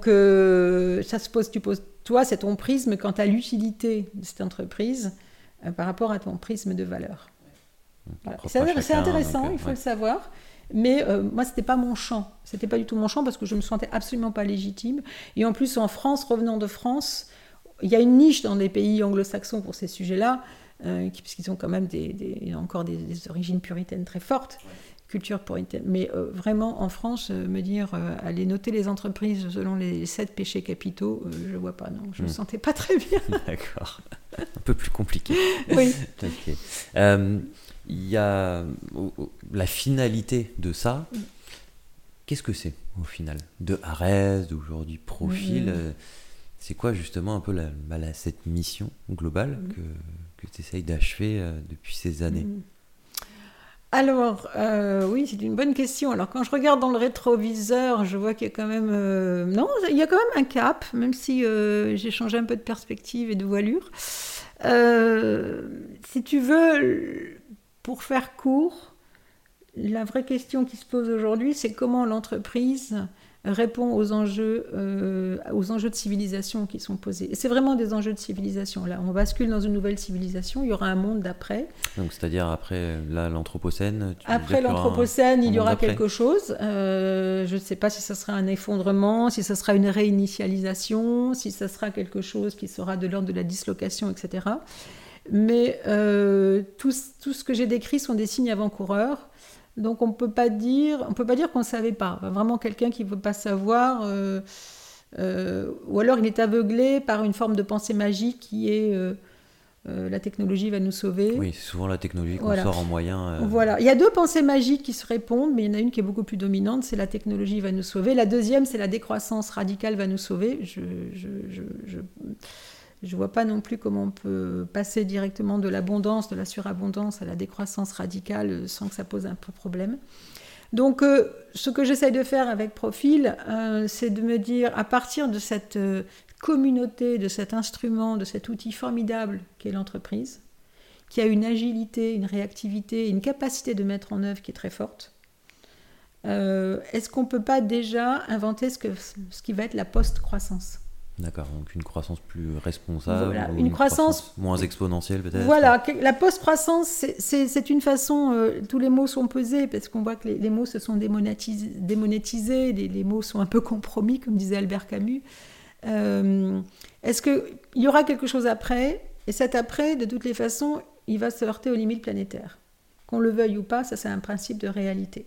toi, c'est ton prisme quant à l'utilité de cette entreprise par rapport à ton prisme de valeur. Voilà. C'est intéressant, il faut le savoir. Mais moi, c'était pas mon champ. C'était pas du tout mon champ parce que je me sentais absolument pas légitime. Et en plus, en France, revenant de France, il y a une niche dans les pays anglo-saxons pour ces sujets-là, puisqu'ils ont quand même encore des origines puritaines très fortes, culture puritaine. Mais vraiment, en France, me dire aller noter les entreprises selon les 7 péchés capitaux, je ne vois pas, non. Je ne me sentais pas très bien. D'accord. Un peu plus compliqué. Oui. Okay. Il y a la finalité de ça. Qu'est-ce que c'est, au final, de Arès, d'aujourd'hui Profil c'est quoi justement un peu cette mission globale que tu essayes d'achever depuis ces années? Alors, oui, c'est une bonne question. Alors, quand je regarde dans le rétroviseur, je vois qu'il y a quand même... il y a quand même un cap, même si j'ai changé un peu de perspective et de voilure. Si tu veux, pour faire court, la vraie question qui se pose aujourd'hui, c'est comment l'entreprise répond aux enjeux de civilisation qui sont posés. Et c'est vraiment des enjeux de civilisation. Là, on bascule dans une nouvelle civilisation. Il y aura un monde d'après. Donc, c'est-à-dire après l'Anthropocène. Après l'Anthropocène, il y aura quelque chose. Je ne sais pas si ça sera un effondrement, si ça sera une réinitialisation, si ça sera quelque chose qui sera de l'ordre de la dislocation, etc. Mais tout ce que j'ai décrit sont des signes avant-coureurs. Donc on peut pas dire qu'on ne savait pas. Vraiment quelqu'un qui ne veut pas savoir, ou alors il est aveuglé par une forme de pensée magique qui est la technologie va nous sauver. Oui, c'est souvent la technologie qu'on sort en moyen. Voilà. Il y a 2 pensées magiques qui se répondent, mais il y en a une qui est beaucoup plus dominante, c'est la technologie va nous sauver. La deuxième, c'est la décroissance radicale va nous sauver. Je ne vois pas non plus comment on peut passer directement de l'abondance, de la surabondance à la décroissance radicale sans que ça pose un peu problème. Donc, ce que j'essaye de faire avec Profil, c'est de me dire, à partir de cette communauté de cet instrument, de cet outil formidable qu'est l'entreprise, qui a une agilité, une réactivité, une capacité de mettre en œuvre qui est très forte. Est-ce qu'on ne peut pas déjà inventer ce qui va être la post-croissance ? D'accord, donc une croissance plus responsable, voilà, ou une croissance moins exponentielle peut-être. Voilà, la post-croissance, c'est une façon, tous les mots sont pesés, parce qu'on voit que les mots se sont démonétisés, les mots sont un peu compromis, comme disait Albert Camus. Est-ce qu'il y aura quelque chose après ? Et cet après, de toutes les façons, il va se heurter aux limites planétaires. Qu'on le veuille ou pas, ça c'est un principe de réalité.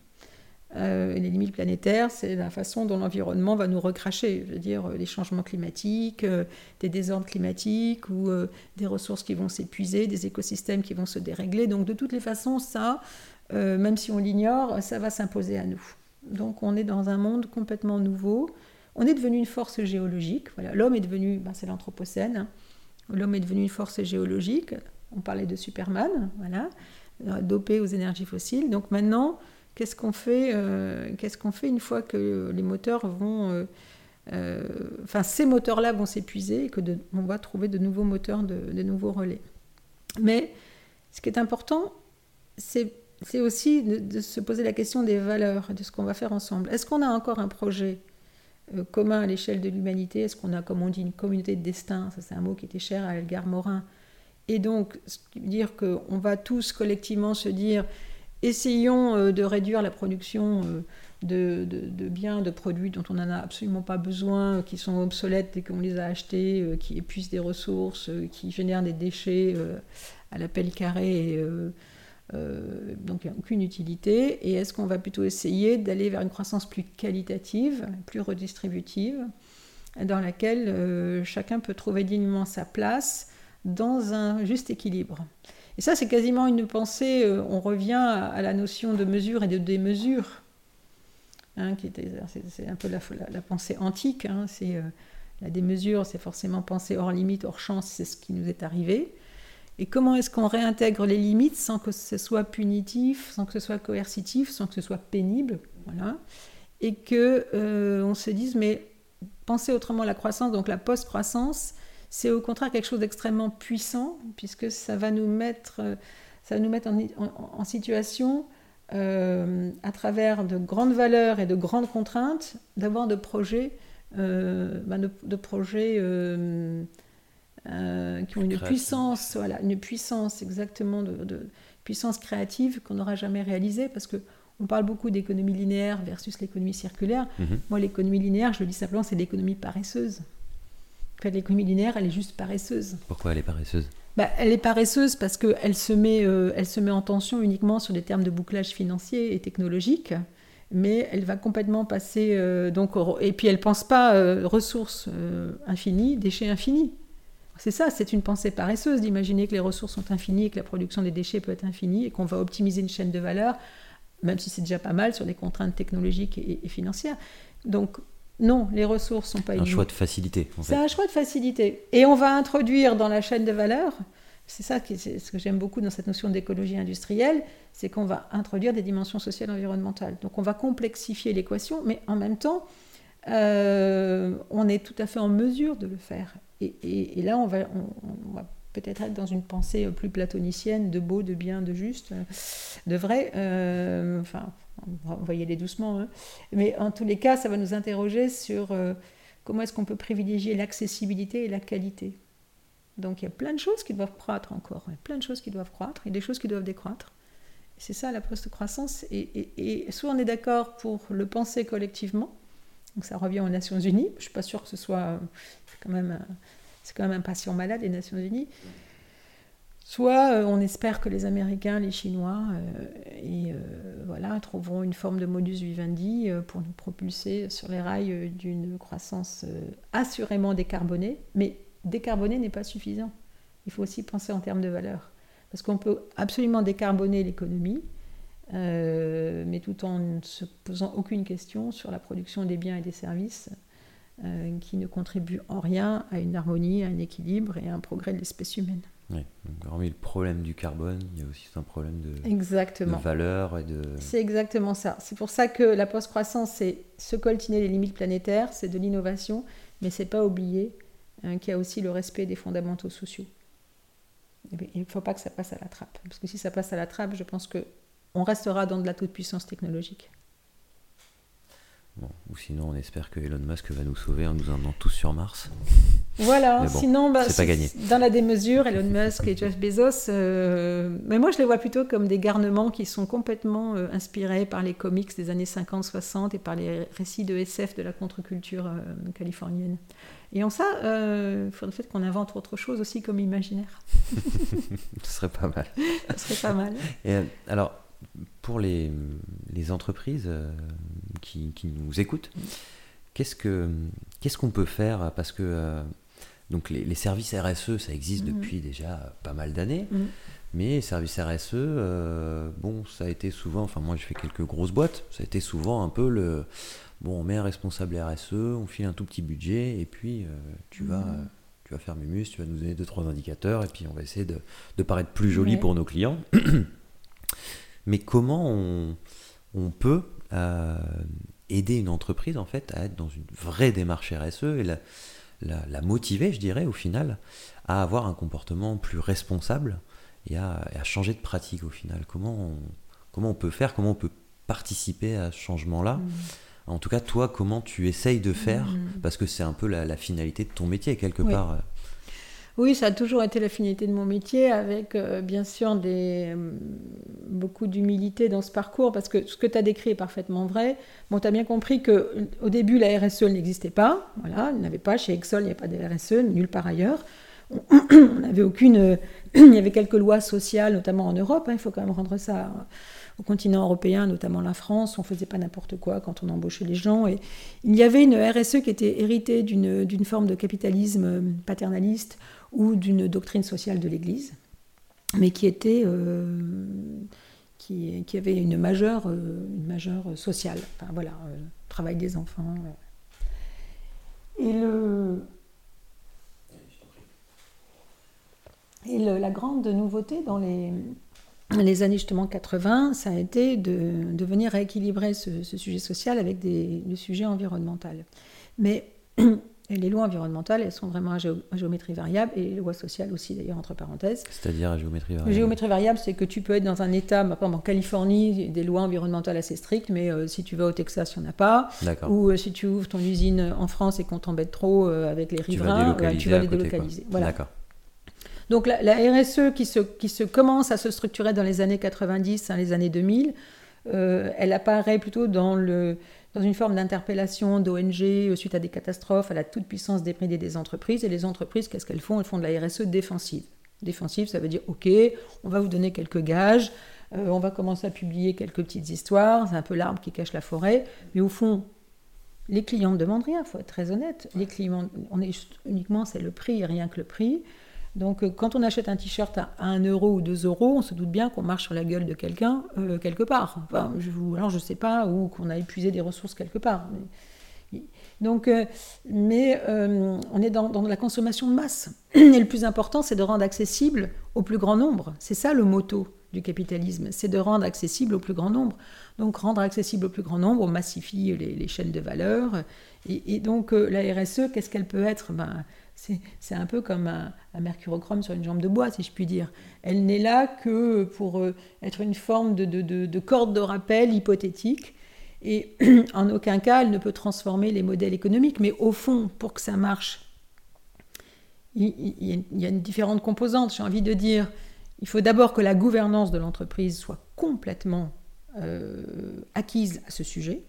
Les limites planétaires, c'est la façon dont l'environnement va nous recracher. Je veux dire, les changements climatiques, des désordres climatiques ou des ressources qui vont s'épuiser, des écosystèmes qui vont se dérégler. Donc, de toutes les façons, ça, même si on l'ignore, ça va s'imposer à nous. Donc, on est dans un monde complètement nouveau. On est devenu une force géologique. Voilà. L'homme est devenu, c'est l'Anthropocène. Hein. L'homme est devenu une force géologique. On parlait de Superman, voilà, dopé aux énergies fossiles. Donc, maintenant... Qu'est-ce qu'on fait une fois que les moteurs vont... ces moteurs-là vont s'épuiser et qu'on va trouver de nouveaux moteurs, de nouveaux relais. Mais ce qui est important, c'est aussi de se poser la question des valeurs, de ce qu'on va faire ensemble. Est-ce qu'on a encore un projet commun à l'échelle de l'humanité ? Est-ce qu'on a, comme on dit, une communauté de destin ? Ça, c'est un mot qui était cher à Edgar Morin. Et donc, ce qui veut dire qu'on va tous collectivement se dire... Essayons de réduire la production de biens, de produits dont on n'en a absolument pas besoin, qui sont obsolètes dès qu'on les a achetés, qui épuisent des ressources, qui génèrent des déchets à la pelle carrée, donc il n'y a aucune utilité. Et est-ce qu'on va plutôt essayer d'aller vers une croissance plus qualitative, plus redistributive, dans laquelle chacun peut trouver dignement sa place dans un juste équilibre ? Et ça, c'est quasiment une pensée, on revient à la notion de mesure et de démesure, hein, c'est un peu la pensée antique, hein, la démesure, c'est forcément penser hors limite, hors champ, c'est ce qui nous est arrivé. Et comment est-ce qu'on réintègre les limites sans que ce soit punitif, sans que ce soit coercitif, sans que ce soit pénible, voilà, et qu'on se dise, mais penser autrement la croissance, donc la post-croissance, c'est au contraire quelque chose d'extrêmement puissant, puisque ça va nous mettre en situation, à travers de grandes valeurs et de grandes contraintes, d'avoir de projets, qui ont une puissance, voilà, une puissance exactement de puissance créative qu'on n'aura jamais réalisée, parce que on parle beaucoup d'économie linéaire versus l'économie circulaire. Moi, l'économie linéaire, je le dis simplement, c'est l'économie paresseuse. En fait, l'économie linéaire, elle est juste paresseuse. Pourquoi elle est paresseuse ? Elle est paresseuse parce qu'elle se met en tension uniquement sur des termes de bouclage financier et technologique, mais elle va complètement passer... et puis elle ne pense pas ressources infinies, déchets infinis. C'est ça, c'est une pensée paresseuse d'imaginer que les ressources sont infinies et que la production des déchets peut être infinie et qu'on va optimiser une chaîne de valeur, même si c'est déjà pas mal sur des contraintes technologiques et financières. Donc, non, les ressources ne sont pas illimitées. Un choix de facilité, en fait. C'est un choix de facilité. Et on va introduire dans la chaîne de valeur, c'est ce que j'aime beaucoup dans cette notion d'écologie industrielle, c'est qu'on va introduire des dimensions sociales et environnementales. Donc on va complexifier l'équation, mais en même temps, on est tout à fait en mesure de le faire. Et là, on va peut-être être dans une pensée plus platonicienne, de beau, de bien, de juste, de vrai. On va y aller doucement, hein. Mais en tous les cas, ça va nous interroger sur comment est-ce qu'on peut privilégier l'accessibilité et la qualité. Donc il y a plein de choses qui doivent croître encore, il y a plein de choses qui doivent croître et des choses qui doivent décroître. C'est ça la post-croissance. Et soit on est d'accord pour le penser collectivement, donc ça revient aux Nations Unies. Je ne suis pas sûre que ce soit... C'est quand même un patient malade, les Nations Unies. Soit on espère que les Américains, les Chinois, trouveront une forme de modus vivendi pour nous propulser sur les rails d'une croissance assurément décarbonée. Mais décarboner n'est pas suffisant. Il faut aussi penser en termes de valeur. Parce qu'on peut absolument décarboner l'économie, mais tout en ne se posant aucune question sur la production des biens et des services qui ne contribuent en rien à une harmonie, à un équilibre et à un progrès de l'espèce humaine. Oui, donc hormis le problème du carbone, il y a aussi un problème de Exactement. valeur et de... C'est exactement ça. C'est pour ça que la post-croissance, c'est se coltiner les limites planétaires, c'est de l'innovation, mais c'est pas oublier qu'il y a aussi le respect des fondamentaux sociaux. Il ne faut pas que ça passe à la trappe, parce que si ça passe à la trappe, je pense qu'on restera dans de la toute-puissance technologique. Bon, ou sinon, on espère que Elon Musk va nous sauver en nous emmenant tous sur Mars. Voilà, bon, sinon, c'est pas gagné. Dans la démesure, Elon Musk et Jeff Bezos, mais moi je les vois plutôt comme des garnements qui sont complètement inspirés par les comics des années 50-60 et par les récits de SF de la contre-culture californienne. Et en ça, il faudrait peut-être qu'on invente autre chose aussi comme imaginaire. Ce serait pas mal. Ce serait pas mal. Et, alors, pour les entreprises qui nous écoutent, qu'est-ce qu'on peut faire? Parce que donc les services RSE, ça existe depuis déjà pas mal d'années, mais les services RSE, bon, ça a été souvent, enfin moi j'ai fait quelques grosses boîtes, ça a été souvent un peu on met un responsable RSE, on file un tout petit budget, et puis tu vas faire Mumus, tu vas nous donner 2-3 indicateurs, et puis on va essayer de paraître plus joli pour nos clients. Mais comment on peut aider une entreprise en fait à être dans une vraie démarche RSE et la motiver, je dirais, au final, à avoir un comportement plus responsable et à changer de pratique au final? Comment on peut faire, comment on peut participer à ce changement-là? En tout cas, toi, comment tu essayes de faire? Parce que c'est un peu la finalité de ton métier, quelque part. Oui, ça a toujours été la finalité de mon métier, avec bien sûr beaucoup d'humilité dans ce parcours, parce que ce que tu as décrit est parfaitement vrai. Bon, tu as bien compris qu'au début, la RSE n'existait pas. Voilà, il n'y avait pas, chez Exol, il n'y avait pas de RSE, nulle part ailleurs. On n'avait aucune... Il y avait quelques lois sociales, notamment en Europe, il faut quand même rendre ça au continent européen, notamment la France. On ne faisait pas n'importe quoi quand on embauchait les gens. Et il y avait une RSE qui était héritée d'une forme de capitalisme paternaliste ou d'une doctrine sociale de l'Église, mais qui était... qui avait une majeure sociale. Enfin, voilà, travail des enfants. La grande nouveauté dans les années justement 80, ça a été de venir rééquilibrer ce sujet social avec le sujet environnemental. Mais les lois environnementales, elles sont vraiment à géométrie variable, et les lois sociales aussi, d'ailleurs, entre parenthèses. C'est-à-dire à géométrie variable? La géométrie variable, c'est que tu peux être dans un État, par exemple en Californie, il y a des lois environnementales assez strictes, mais si tu vas au Texas, il n'y en a pas. D'accord. Ou si tu ouvres ton usine en France et qu'on t'embête trop avec les riverains, tu vas les délocaliser. Voilà. D'accord. Donc la RSE qui se commence à se structurer dans les années 90, les années 2000, elle apparaît plutôt dans une forme d'interpellation d'ONG suite à des catastrophes, à la toute-puissance déprimée des entreprises. Et les entreprises, qu'est-ce qu'elles font? Elles font de la RSE défensive. Défensive, ça veut dire, OK, on va vous donner quelques gages, on va commencer à publier quelques petites histoires, c'est un peu l'arbre qui cache la forêt, mais au fond, les clients ne demandent rien, il faut être très honnête. Les clients, uniquement, c'est le prix, rien que le prix. Donc, quand on achète un t-shirt à 1 euro ou 2 euros, on se doute bien qu'on marche sur la gueule de quelqu'un quelque part. Enfin, alors, je ne sais pas, ou qu'on a épuisé des ressources quelque part. Donc, on est dans la consommation de masse. Et le plus important, c'est de rendre accessible au plus grand nombre. C'est ça le motto du capitalisme, c'est de rendre accessible au plus grand nombre. Donc, rendre accessible au plus grand nombre, on massifie les chaînes de valeur. Et donc, la RSE, qu'est-ce qu'elle peut être? C'est un peu comme un mercurochrome sur une jambe de bois, si je puis dire. Elle n'est là que pour être une forme de corde de rappel hypothétique. Et en aucun cas, elle ne peut transformer les modèles économiques. Mais au fond, pour que ça marche, il y a une différente composante. J'ai envie de dire, il faut d'abord que la gouvernance de l'entreprise soit complètement acquise à ce sujet.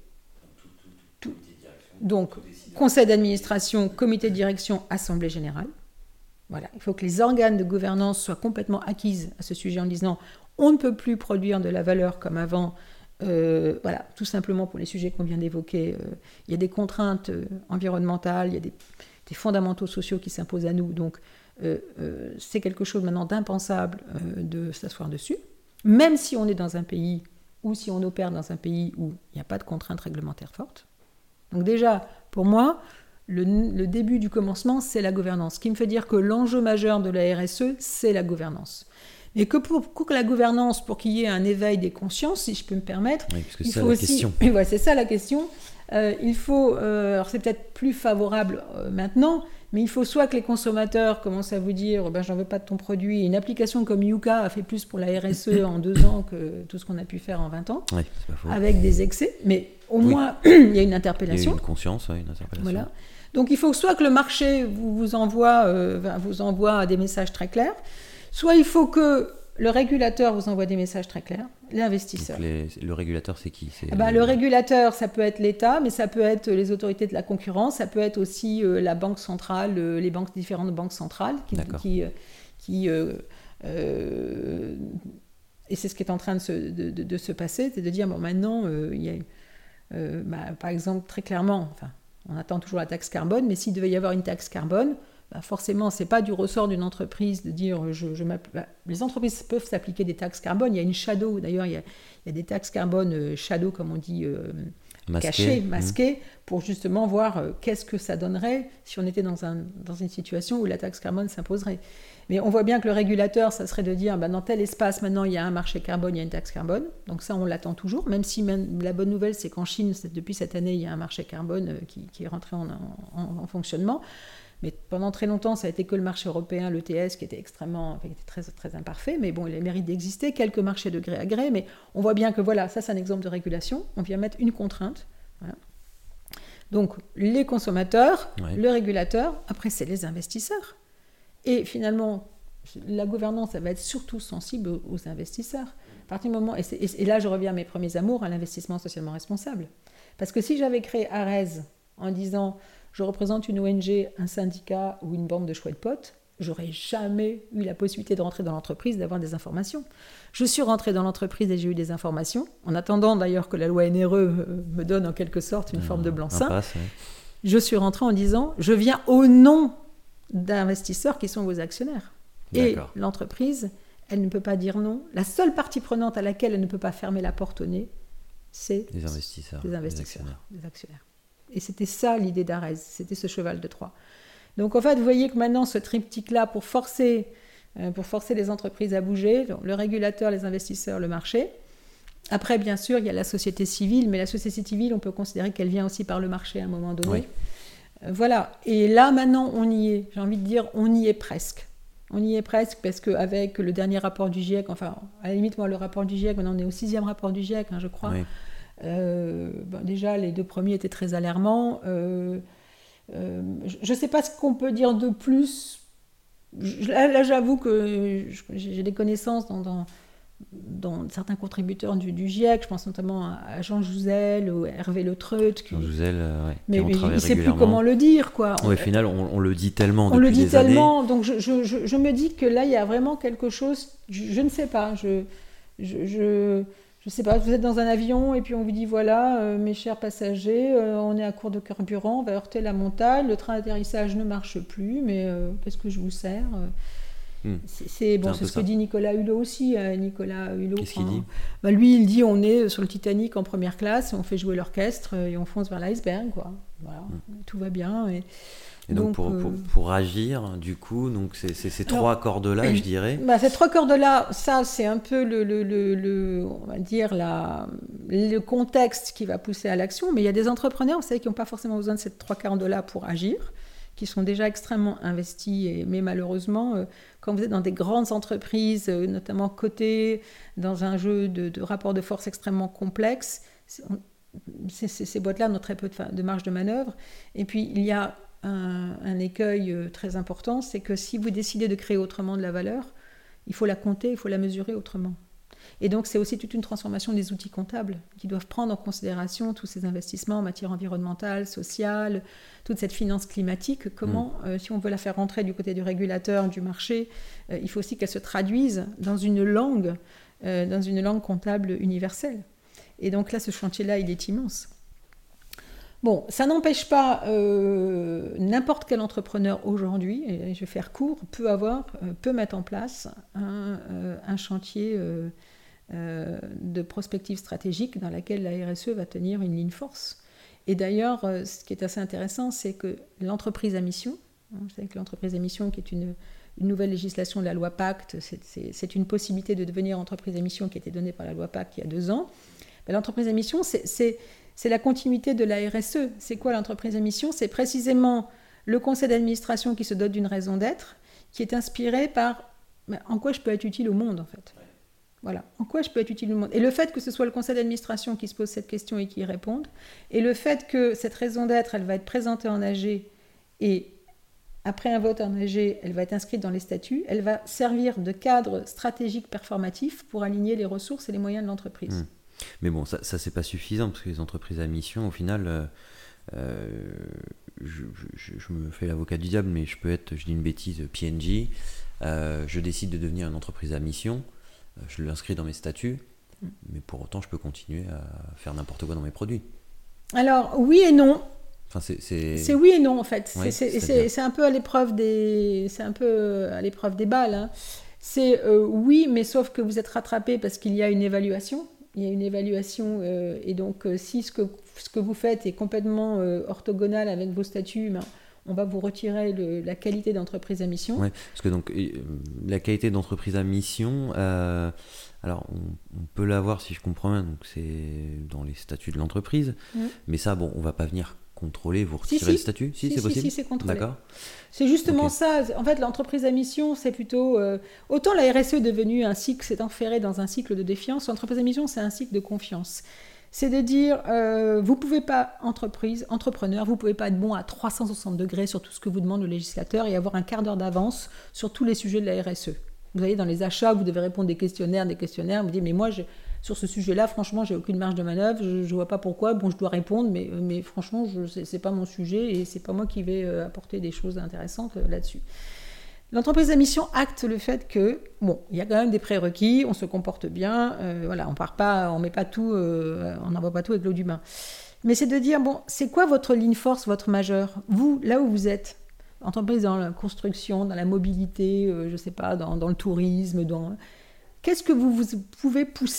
Donc, conseil d'administration, comité de direction, assemblée générale. Voilà. Il faut que les organes de gouvernance soient complètement acquises à ce sujet en disant on ne peut plus produire de la valeur comme avant. Voilà, tout simplement pour les sujets qu'on vient d'évoquer. Il y a des contraintes environnementales, il y a des fondamentaux sociaux qui s'imposent à nous. Donc, c'est quelque chose maintenant d'impensable de s'asseoir dessus. Même si on est dans un pays ou si on opère dans un pays où il n'y a pas de contraintes réglementaires fortes. Donc déjà, pour moi, le début du commencement, c'est la gouvernance. Ce qui me fait dire que l'enjeu majeur de la RSE, c'est la gouvernance. Et que pour que la gouvernance, pour qu'il y ait un éveil des consciences, si je peux me permettre, oui, parce que il c'est faut la aussi... question. Et ouais, c'est ça la question. il faut, alors c'est peut-être plus favorable maintenant, mais il faut soit que les consommateurs commencent à vous dire j'en veux pas de ton produit. Une application comme Yuka a fait plus pour la RSE en 2 ans que tout ce qu'on a pu faire en 20 ans, Oui, c'est pas faux. avec des excès, mais au moins il y a une interpellation. Il y a une conscience, une interpellation. Voilà. Donc il faut soit que le marché vous envoie des messages très clairs, soit il faut que le régulateur vous envoie des messages très clairs, l'investisseur. Le régulateur, c'est qui? Le régulateur, ça peut être l'État, mais ça peut être les autorités de la concurrence, ça peut être aussi la banque centrale, différentes banques centrales et c'est ce qui est en train de se passer, c'est de dire maintenant, il y a, par exemple, très clairement, on attend toujours la taxe carbone, mais s'il devait y avoir une taxe carbone, forcément, ce n'est pas du ressort d'une entreprise de dire les entreprises peuvent s'appliquer des taxes carbone. Il y a une shadow, d'ailleurs, il y a des taxes carbone shadow, comme on dit, cachées, masquées, pour justement voir qu'est-ce que ça donnerait si on était dans une situation où la taxe carbone s'imposerait. Mais on voit bien que le régulateur, ça serait de dire dans tel espace, maintenant, il y a un marché carbone, il y a une taxe carbone. Donc ça, on l'attend toujours, même si la bonne nouvelle, c'est qu'en Chine, depuis cette année, il y a un marché carbone qui est rentré en fonctionnement. Mais pendant très longtemps, ça a été que le marché européen, l'ETS, qui était très, très imparfait. Mais bon, il a le mérite d'exister. Quelques marchés de gré à gré. Mais on voit bien que ça, c'est un exemple de régulation. On vient mettre une contrainte. Voilà. Donc, les consommateurs, le régulateur, après, c'est les investisseurs. Et finalement, la gouvernance, elle va être surtout sensible aux investisseurs. À partir du moment, et là, je reviens à mes premiers amours, à l'investissement socialement responsable. Parce que si j'avais créé Arez en disant... je représente une ONG, un syndicat ou une bande de chouettes potes, j'aurais jamais eu la possibilité de rentrer dans l'entreprise, d'avoir des informations. Je suis rentrée dans l'entreprise et j'ai eu des informations, en attendant d'ailleurs que la loi NRE me donne en quelque sorte une forme de blanc-seing. Je suis rentrée en disant, je viens au nom d'investisseurs qui sont vos actionnaires. D'accord. Et l'entreprise, elle ne peut pas dire non. La seule partie prenante à laquelle elle ne peut pas fermer la porte au nez, c'est les investisseurs, les actionnaires. Et c'était ça l'idée d'Arez, c'était ce cheval de Troie. Donc en fait, vous voyez que maintenant, ce triptyque-là, pour forcer les entreprises à bouger, donc, le régulateur, les investisseurs, le marché. Après, bien sûr, il y a la société civile, mais la société civile, on peut considérer qu'elle vient aussi par le marché à un moment donné. Oui. Voilà. Et là, maintenant, on y est. J'ai envie de dire, on y est presque. On y est presque parce qu'avec le dernier rapport du GIEC, enfin, à la limite, moi, le rapport du GIEC, maintenant, on est au 6e rapport du GIEC, je crois. Oui. Déjà, les 2 premiers étaient très alarmants. Je ne sais pas ce qu'on peut dire de plus. Là, j'avoue que j'ai des connaissances dans certains contributeurs du GIEC. Je pense notamment à Jean Jouzel ou Hervé Le Treut. Jean Jouzel, mais il ne sait plus comment le dire, quoi. Au final, on le dit tellement depuis des années. On le dit tellement. Donc, je me dis que là, il y a vraiment quelque chose... Je ne sais pas. Je ne sais pas, vous êtes dans un avion et puis on vous dit voilà, mes chers passagers, on est à court de carburant, on va heurter la montagne, le train d'atterrissage ne marche plus, mais qu'est-ce que je vous sers C'est ce que dit Nicolas Hulot aussi. Nicolas Hulot, qu'est-ce qu'il dit lui, il dit on est sur le Titanic en première classe, on fait jouer l'orchestre et on fonce vers l'iceberg, quoi. Voilà, tout va bien. Et donc pour agir, du coup, donc c'est ces 3 cordes-là, je dirais. Ces 3 cordes-là, ça c'est un peu on va dire le contexte qui va pousser à l'action. Mais il y a des entrepreneurs, vous savez, qui n'ont pas forcément besoin de ces 3 cordes-là pour agir, qui sont déjà extrêmement investis. Mais malheureusement, quand vous êtes dans des grandes entreprises, notamment cotées, dans un jeu de rapports de force extrêmement complexe, ces boîtes-là n'ont très peu de marge de manœuvre. Et puis il y a un écueil très important, c'est que si vous décidez de créer autrement de la valeur, il faut la compter, il faut la mesurer autrement. Et donc c'est aussi toute une transformation des outils comptables qui doivent prendre en considération tous ces investissements en matière environnementale, sociale, toute cette finance climatique. Comment, si on veut la faire rentrer du côté du régulateur, du marché, il faut aussi qu'elle se traduise dans une langue comptable universelle. Et donc là, ce chantier-là, il est immense. Bon, ça n'empêche pas n'importe quel entrepreneur aujourd'hui, et je vais faire court, peut mettre en place un chantier de prospective stratégique dans laquelle la RSE va tenir une ligne force. Et d'ailleurs, ce qui est assez intéressant, c'est que l'entreprise à mission, vous savez que l'entreprise à mission, qui est une nouvelle législation de la loi Pacte, c'est une possibilité de devenir entreprise à mission qui a été donnée par la loi Pacte il y a 2 ans. Mais l'entreprise à mission, c'est la continuité de la RSE. C'est quoi l'entreprise à mission ? C'est précisément le conseil d'administration qui se dote d'une raison d'être, qui est inspiré par en quoi je peux être utile au monde, en fait. Voilà, en quoi je peux être utile au monde. Et le fait que ce soit le conseil d'administration qui se pose cette question et qui y réponde, et le fait que cette raison d'être, elle va être présentée en AG, et après un vote en AG, elle va être inscrite dans les statuts, elle va servir de cadre stratégique performatif pour aligner les ressources et les moyens de l'entreprise. Mais bon, ça c'est pas suffisant, parce que les entreprises à mission, au final, je me fais l'avocat du diable, mais je dis une bêtise, P&G, je décide de devenir une entreprise à mission, je l'inscris dans mes statuts, mais pour autant je peux continuer à faire n'importe quoi dans mes produits. Alors oui et non. Enfin, c'est oui et non en fait. Oui, c'est un peu à l'épreuve des balles. Hein. C'est oui, mais sauf que vous êtes rattrapé parce qu'il y a une évaluation. Il y a une évaluation et donc si ce que vous faites est complètement orthogonal avec vos statuts, on va vous retirer la qualité d'entreprise à mission. Oui, parce que donc, la qualité d'entreprise à mission, alors on peut l'avoir si je comprends bien, donc c'est dans les statuts de l'entreprise, mais ça, on va pas venir contrôler, vous retirer le statut ? Si, c'est possible ? Si, c'est contrôlé. D'accord. C'est justement ça. En fait, l'entreprise à mission, c'est plutôt... autant la RSE est devenue un cycle, s'est enferré dans un cycle de défiance, l'entreprise à mission, c'est un cycle de confiance. C'est de dire, vous ne pouvez pas, entrepreneur, vous ne pouvez pas être bon à 360 degrés sur tout ce que vous demande le législateur et avoir un quart d'heure d'avance sur tous les sujets de la RSE. Vous allez dans les achats, vous devez répondre des questionnaires, vous dites, mais moi, sur ce sujet-là, franchement, j'ai aucune marge de manœuvre, je ne vois pas pourquoi, je dois répondre, mais franchement, c'est pas mon sujet et c'est pas moi qui vais apporter des choses intéressantes là-dessus. L'entreprise à mission acte le fait que, il y a quand même des prérequis, on se comporte bien, on part pas, on met pas tout, on n'envoie pas tout avec l'eau du bain. Mais c'est de dire, c'est quoi votre ligne force, votre majeur ? Vous, là où vous êtes, entreprise dans la construction, dans la mobilité, je sais pas, dans le tourisme, qu'est-ce que vous pouvez pousser ?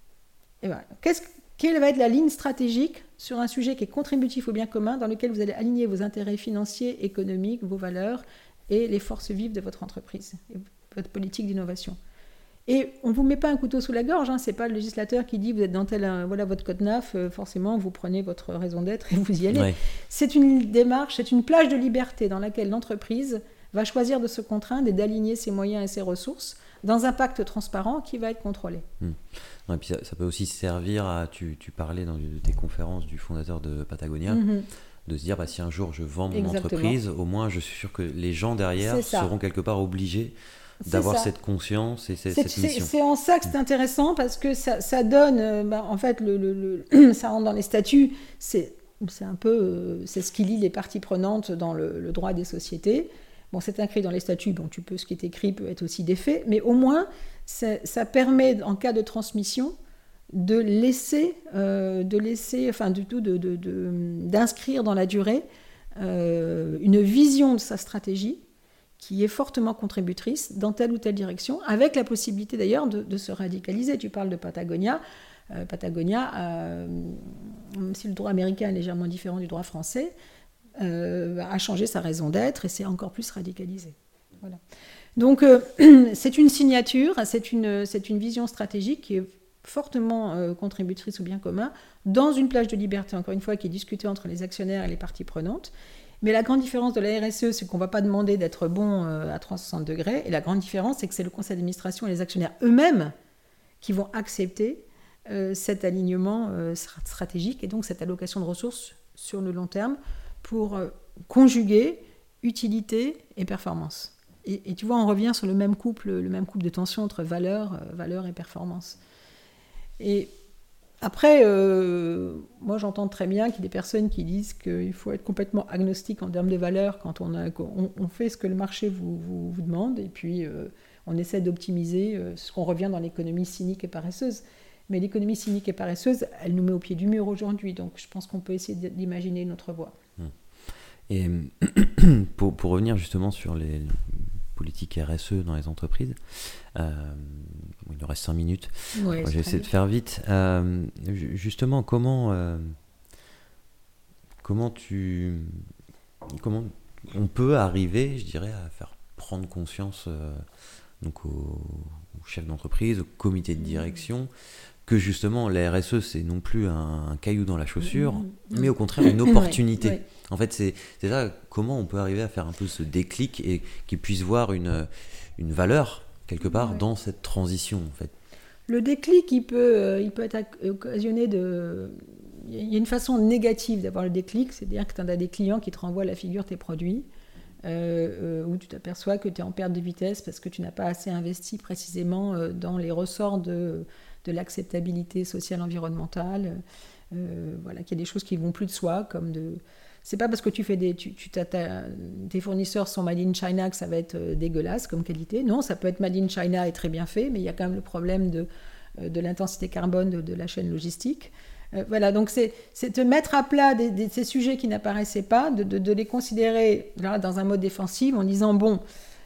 Et voilà. Quelle va être la ligne stratégique sur un sujet qui est contributif au bien commun, dans lequel vous allez aligner vos intérêts financiers, économiques, vos valeurs et les forces vives de votre entreprise, et votre politique d'innovation. Et on ne vous met pas un couteau sous la gorge, hein, c'est pas le législateur qui dit vous êtes dans voilà votre code NAF, forcément vous prenez votre raison d'être et vous y allez. Ouais. C'est une démarche, c'est une plage de liberté dans laquelle l'entreprise va choisir de se contraindre et d'aligner ses moyens et ses ressources dans un pacte transparent qui va être contrôlé. Et puis ça peut aussi servir à, tu parlais dans une de tes conférences du fondateur de Patagonia, de se dire si un jour je vends mon entreprise, au moins je suis sûr que les gens derrière seront quelque part obligés d'avoir cette conscience et cette mission. C'est en ça que c'est intéressant parce que ça donne, en fait, ça rentre dans les statuts, c'est un peu, c'est ce qui lie les parties prenantes dans le droit des sociétés. C'est écrit dans les statuts, ce qui est écrit peut être aussi des faits, mais au moins, ça permet, en cas de transmission, d'inscrire dans la durée une vision de sa stratégie qui est fortement contributrice dans telle ou telle direction, avec la possibilité d'ailleurs de se radicaliser. Tu parles de Patagonia. Patagonia, même si le droit américain est légèrement différent du droit français, a changé sa raison d'être et s'est encore plus radicalisé. Voilà. Donc c'est une signature, c'est une vision stratégique qui est fortement contributrice au bien commun, dans une plage de liberté, encore une fois, qui est discutée entre les actionnaires et les parties prenantes. Mais la grande différence de la RSE, c'est qu'on ne va pas demander d'être bon à 360 degrés, et la grande différence, c'est que c'est le conseil d'administration et les actionnaires eux-mêmes qui vont accepter cet alignement stratégique et donc cette allocation de ressources sur le long terme pour conjuguer utilité et performance. Et tu vois, on revient sur le même couple de tension entre valeur et performance. Et après, moi j'entends très bien qu'il y a des personnes qui disent qu'il faut être complètement agnostique en termes de valeur quand on fait ce que le marché vous demande, et puis on essaie d'optimiser ce qu'on revient dans l'économie cynique et paresseuse. Mais l'économie cynique et paresseuse, elle nous met au pied du mur aujourd'hui, donc je pense qu'on peut essayer d'imaginer une autre voie. Et pour revenir justement sur les politiques RSE dans les entreprises, il nous reste 5 minutes, ouais, je vais essayer de faire vite. Justement, comment on peut arriver, je dirais, à faire prendre conscience donc aux chefs d'entreprise, au comité de direction, que justement la RSE c'est non plus un caillou dans la chaussure, mais au contraire une opportunité. Ouais. En fait, c'est ça, comment on peut arriver à faire un peu ce déclic et qu'ils puissent voir une valeur quelque part dans cette transition en fait. Le déclic, il peut être occasionné de... Il y a une façon négative d'avoir le déclic, c'est-à-dire que tu as des clients qui te renvoient la figure tes produits, où tu t'aperçois que tu es en perte de vitesse parce que tu n'as pas assez investi précisément dans les ressorts de l'acceptabilité sociale environnementale. Voilà, qu'il y a des choses qui vont plus de soi, comme de... C'est pas parce que tu fais tes fournisseurs sont made in China que ça va être dégueulasse comme qualité. Non, ça peut être made in China et très bien fait, mais il y a quand même le problème de l'intensité carbone de la chaîne logistique. Voilà, donc c'est te mettre à plat ces sujets qui n'apparaissaient pas, de les considérer là, dans un mode défensif en disant bon,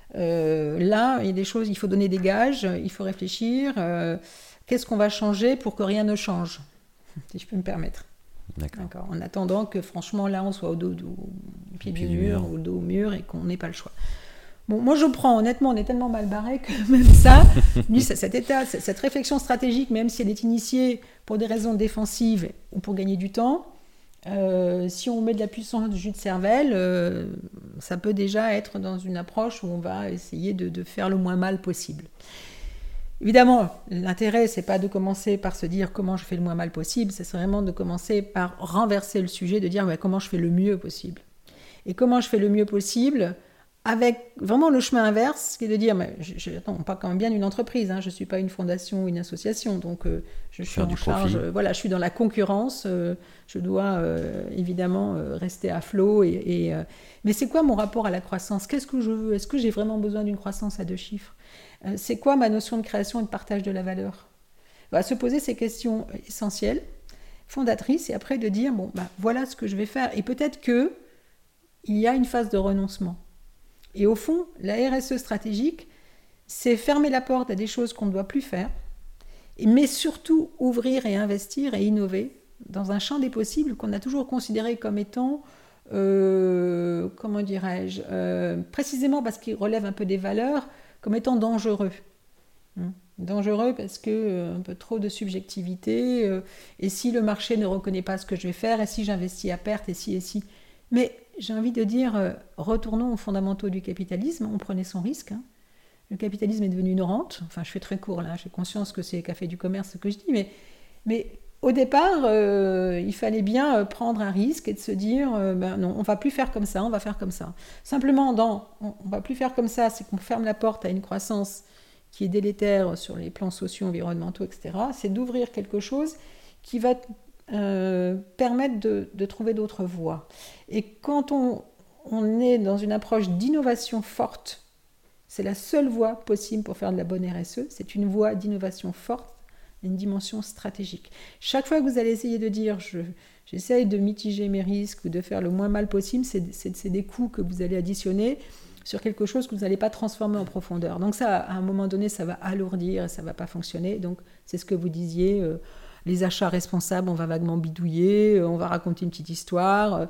là, il y a des choses, il faut donner des gages, il faut réfléchir, qu'est-ce qu'on va changer pour que rien ne change, si je peux me permettre. D'accord. En attendant que franchement là on soit au pied du mur ou au dos au mur et qu'on n'ait pas le choix. Bon, moi je prends, honnêtement, on est tellement mal barré que même ça, cette réflexion stratégique, même si elle est initiée pour des raisons défensives ou pour gagner du temps, si on met de la puissance de jus de cervelle, ça peut déjà être dans une approche où on va essayer de faire le moins mal possible. Évidemment, l'intérêt, c'est pas de commencer par se dire comment je fais le moins mal possible, c'est vraiment de commencer par renverser le sujet, de dire comment je fais le mieux possible. Et comment je fais le mieux possible avec vraiment le chemin inverse, qui est de dire, on parle quand même bien d'une entreprise, je ne suis pas une fondation ou une association, donc je suis en charge, je suis dans la concurrence, je dois évidemment rester à flot. Mais c'est quoi mon rapport à la croissance ? Qu'est-ce que je veux ? Est-ce que j'ai vraiment besoin d'une croissance à 2 chiffres ? C'est quoi ma notion de création et de partage de la valeur ? Se poser ces questions essentielles, fondatrices, et après de dire, voilà ce que je vais faire. Et peut-être qu'il y a une phase de renoncement. Et au fond, la RSE stratégique, c'est fermer la porte à des choses qu'on ne doit plus faire, mais surtout ouvrir et investir et innover dans un champ des possibles qu'on a toujours considéré comme étant, précisément parce qu'il relève un peu des valeurs, comme étant dangereux. Dangereux parce que un peu trop de subjectivité, et si le marché ne reconnaît pas ce que je vais faire, et si j'investis à perte, et si... Mais j'ai envie de dire, retournons aux fondamentaux du capitalisme, on prenait son risque. Le capitalisme est devenu une rente, enfin je fais très court là, j'ai conscience que c'est café du commerce ce que je dis, mais au départ, il fallait bien prendre un risque et de se dire, non, on ne va plus faire comme ça, on va faire comme ça. Simplement, on ne va plus faire comme ça, c'est qu'on ferme la porte à une croissance qui est délétère sur les plans sociaux, environnementaux, etc. C'est d'ouvrir quelque chose qui va permettre de trouver d'autres voies. Et quand on est dans une approche d'innovation forte, c'est la seule voie possible pour faire de la bonne RSE, c'est une voie d'innovation forte, une dimension stratégique. Chaque fois que vous allez essayer de dire j'essaye de mitiger mes risques ou de faire le moins mal possible, c'est des coûts que vous allez additionner sur quelque chose que vous n'allez pas transformer en profondeur. Donc ça, à un moment donné, ça va alourdir, ça ne va pas fonctionner. Donc c'est ce que vous disiez, les achats responsables, on va vaguement bidouiller, on va raconter une petite histoire,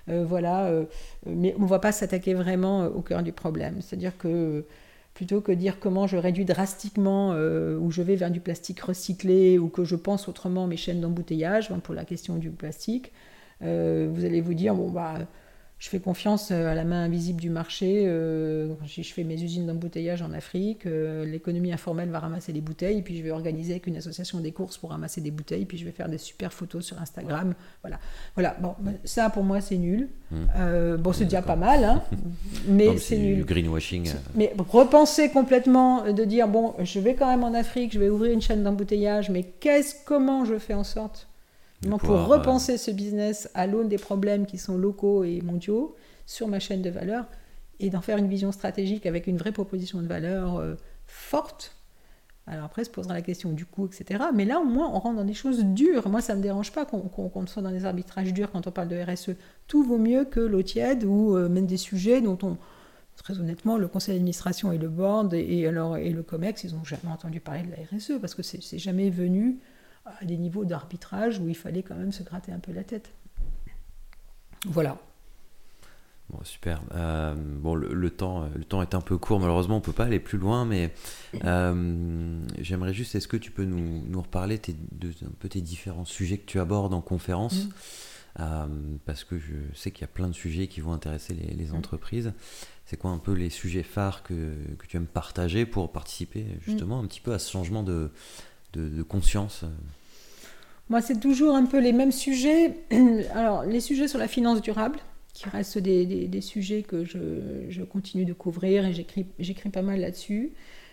mais on ne va pas s'attaquer vraiment au cœur du problème. C'est-à-dire que plutôt que dire comment je réduis drastiquement ou je vais vers du plastique recyclé ou que je pense autrement mes chaînes d'embouteillage, pour la question du plastique, vous allez vous dire, je fais confiance à la main invisible du marché, je fais mes usines d'embouteillage en Afrique, l'économie informelle va ramasser des bouteilles, et puis je vais organiser avec une association des courses pour ramasser des bouteilles, puis je vais faire des super photos sur Instagram. Voilà. Bon, ça pour moi c'est nul. C'est déjà pas mal, mais c'est nul. Du greenwashing. Mais repenser complètement, de dire je vais quand même en Afrique, je vais ouvrir une chaîne d'embouteillage, mais comment je fais en sorte pour repenser ce business à l'aune des problèmes qui sont locaux et mondiaux sur ma chaîne de valeur et d'en faire une vision stratégique avec une vraie proposition de valeur forte. Alors après, se posera la question du coût, etc. Mais là, au moins, on rentre dans des choses dures. Moi, ça ne me dérange pas qu'on soit dans des arbitrages durs quand on parle de RSE. Tout vaut mieux que l'eau tiède ou même des sujets dont très honnêtement, le conseil d'administration et le board et le COMEX, ils n'ont jamais entendu parler de la RSE parce que c'est jamais venu à des niveaux d'arbitrage où il fallait quand même se gratter un peu la tête. Voilà. Bon, super. Le temps est un peu court, malheureusement, on ne peut pas aller plus loin, mais j'aimerais juste, est-ce que tu peux nous reparler un peu tes différents sujets que tu abordes en conférence, parce que je sais qu'il y a plein de sujets qui vont intéresser les entreprises. C'est quoi un peu les sujets phares que tu aimes partager pour participer justement un petit peu à ce changement de conscience? Moi, c'est toujours un peu les mêmes sujets. Alors, les sujets sur la finance durable, qui restent des sujets que je continue de couvrir et j'écris pas mal là-dessus.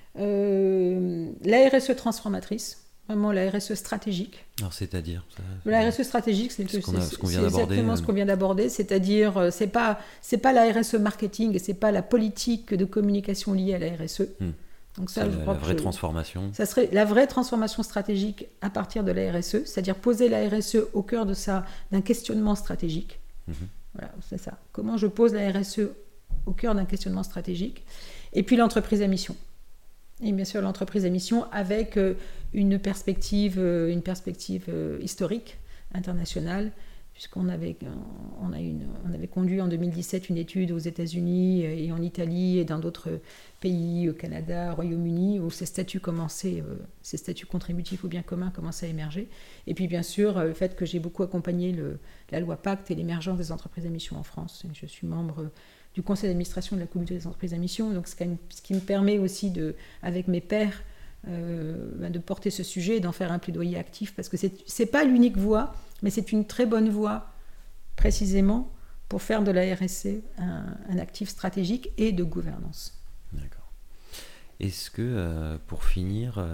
La RSE transformatrice, vraiment la RSE stratégique. Alors, c'est-à-dire la RSE stratégique, c'est exactement ce qu'on vient d'aborder, c'est-à-dire c'est pas la RSE marketing et c'est pas la politique de communication liée à la RSE. Donc ça, je crois la vraie transformation. Ça serait la vraie transformation stratégique à partir de la RSE, c'est-à-dire poser la RSE au cœur d'un questionnement stratégique. Voilà, c'est ça. Comment je pose la RSE au cœur d'un questionnement stratégique. Et puis l'entreprise à mission. Et bien sûr, l'entreprise à mission avec une perspective historique, internationale, puisqu'on avait conduit en 2017 une étude aux États-Unis et en Italie et dans d'autres pays, au Canada, au Royaume-Uni, où ces statuts contributifs ou bien communs commençaient à émerger. Et puis bien sûr, le fait que j'ai beaucoup accompagné la loi Pacte et l'émergence des entreprises à mission en France. Je suis membre du conseil d'administration de la communauté des entreprises à mission, donc ce qui me permet aussi, avec mes pairs, de porter ce sujet et d'en faire un plaidoyer actif, parce que c'est pas l'unique voie, mais c'est une très bonne voie, précisément, pour faire de la RSE un actif stratégique et de gouvernance. D'accord. Est-ce que, pour finir,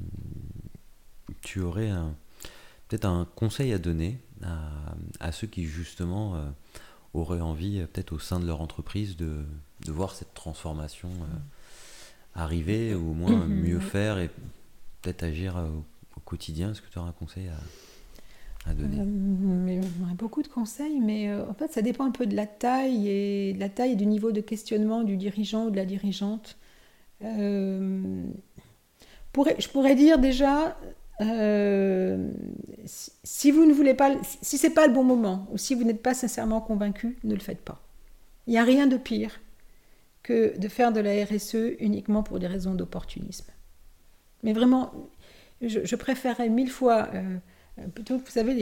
tu aurais peut-être un conseil à donner à ceux qui, justement, auraient envie, peut-être au sein de leur entreprise, de voir cette transformation arriver, ou au moins mieux faire et peut-être agir au quotidien? Est-ce que tu auras un conseil à donner? On a beaucoup de conseils, mais en fait, ça dépend un peu de la taille et du niveau de questionnement du dirigeant ou de la dirigeante. Je pourrais dire déjà, si vous ne voulez pas, si c'est pas le bon moment, ou si vous n'êtes pas sincèrement convaincu, ne le faites pas. Il n'y a rien de pire que de faire de la RSE uniquement pour des raisons d'opportunisme. Mais vraiment, je préférerais 1000 fois, plutôt que, vous savez,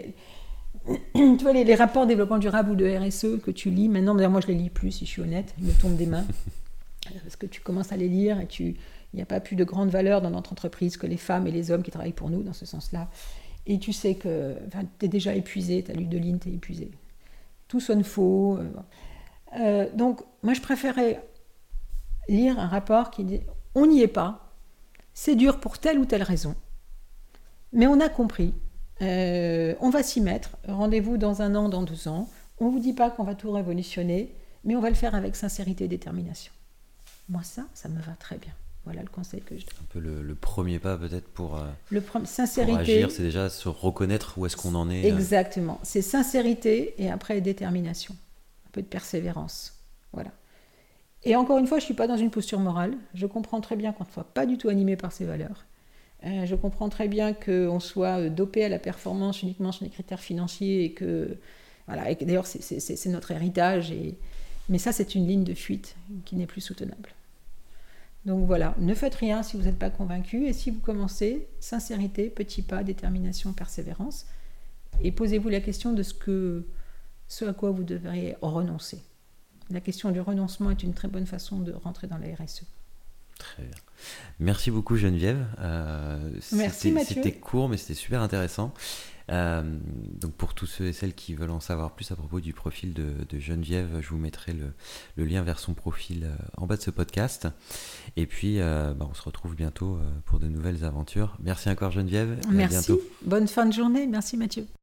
tu vois, les rapports développement durable ou de RSE que tu lis, maintenant, moi je les lis plus, si je suis honnête, ils me tombent des mains, parce que tu commences à les lire et il n'y a pas plus de grande valeur dans notre entreprise que les femmes et les hommes qui travaillent pour nous, dans ce sens-là. Et tu sais que tu es déjà épuisé, tu as lu de ligne, tu es épuisé. Tout sonne faux. Donc, moi, je préférais lire un rapport qui dit « on n'y est pas, c'est dur pour telle ou telle raison, mais on a compris, on va s'y mettre, rendez-vous dans 1 an, dans 2 ans, on ne vous dit pas qu'on va tout révolutionner, mais on va le faire avec sincérité et détermination. » Moi, ça me va très bien. Voilà le conseil que je donne. Un peu le premier pas peut-être pour sincérité. Pour agir, c'est déjà se reconnaître où est-ce qu'on en est. Exactement, c'est sincérité et après détermination. Un peu de persévérance. Voilà. Et encore une fois, je ne suis pas dans une posture morale. Je comprends très bien qu'on ne soit pas du tout animé par ces valeurs. Je comprends très bien qu'on soit dopé à la performance uniquement sur les critères financiers et que d'ailleurs, c'est notre héritage. Mais ça, c'est une ligne de fuite qui n'est plus soutenable. Donc voilà, ne faites rien si vous n'êtes pas convaincu. Et si vous commencez, sincérité, petit pas, détermination, persévérance. Et posez-vous la question de ce à quoi vous devriez renoncer. La question du renoncement est une très bonne façon de rentrer dans la RSE. Très bien. Merci beaucoup Geneviève. Merci Mathieu. C'était court mais c'était super intéressant. Donc pour tous ceux et celles qui veulent en savoir plus à propos du profil de Geneviève, je vous mettrai le lien vers son profil en bas de ce podcast. Et puis on se retrouve bientôt pour de nouvelles aventures. Merci encore Geneviève. Merci. À bientôt. Bonne fin de journée. Merci Mathieu.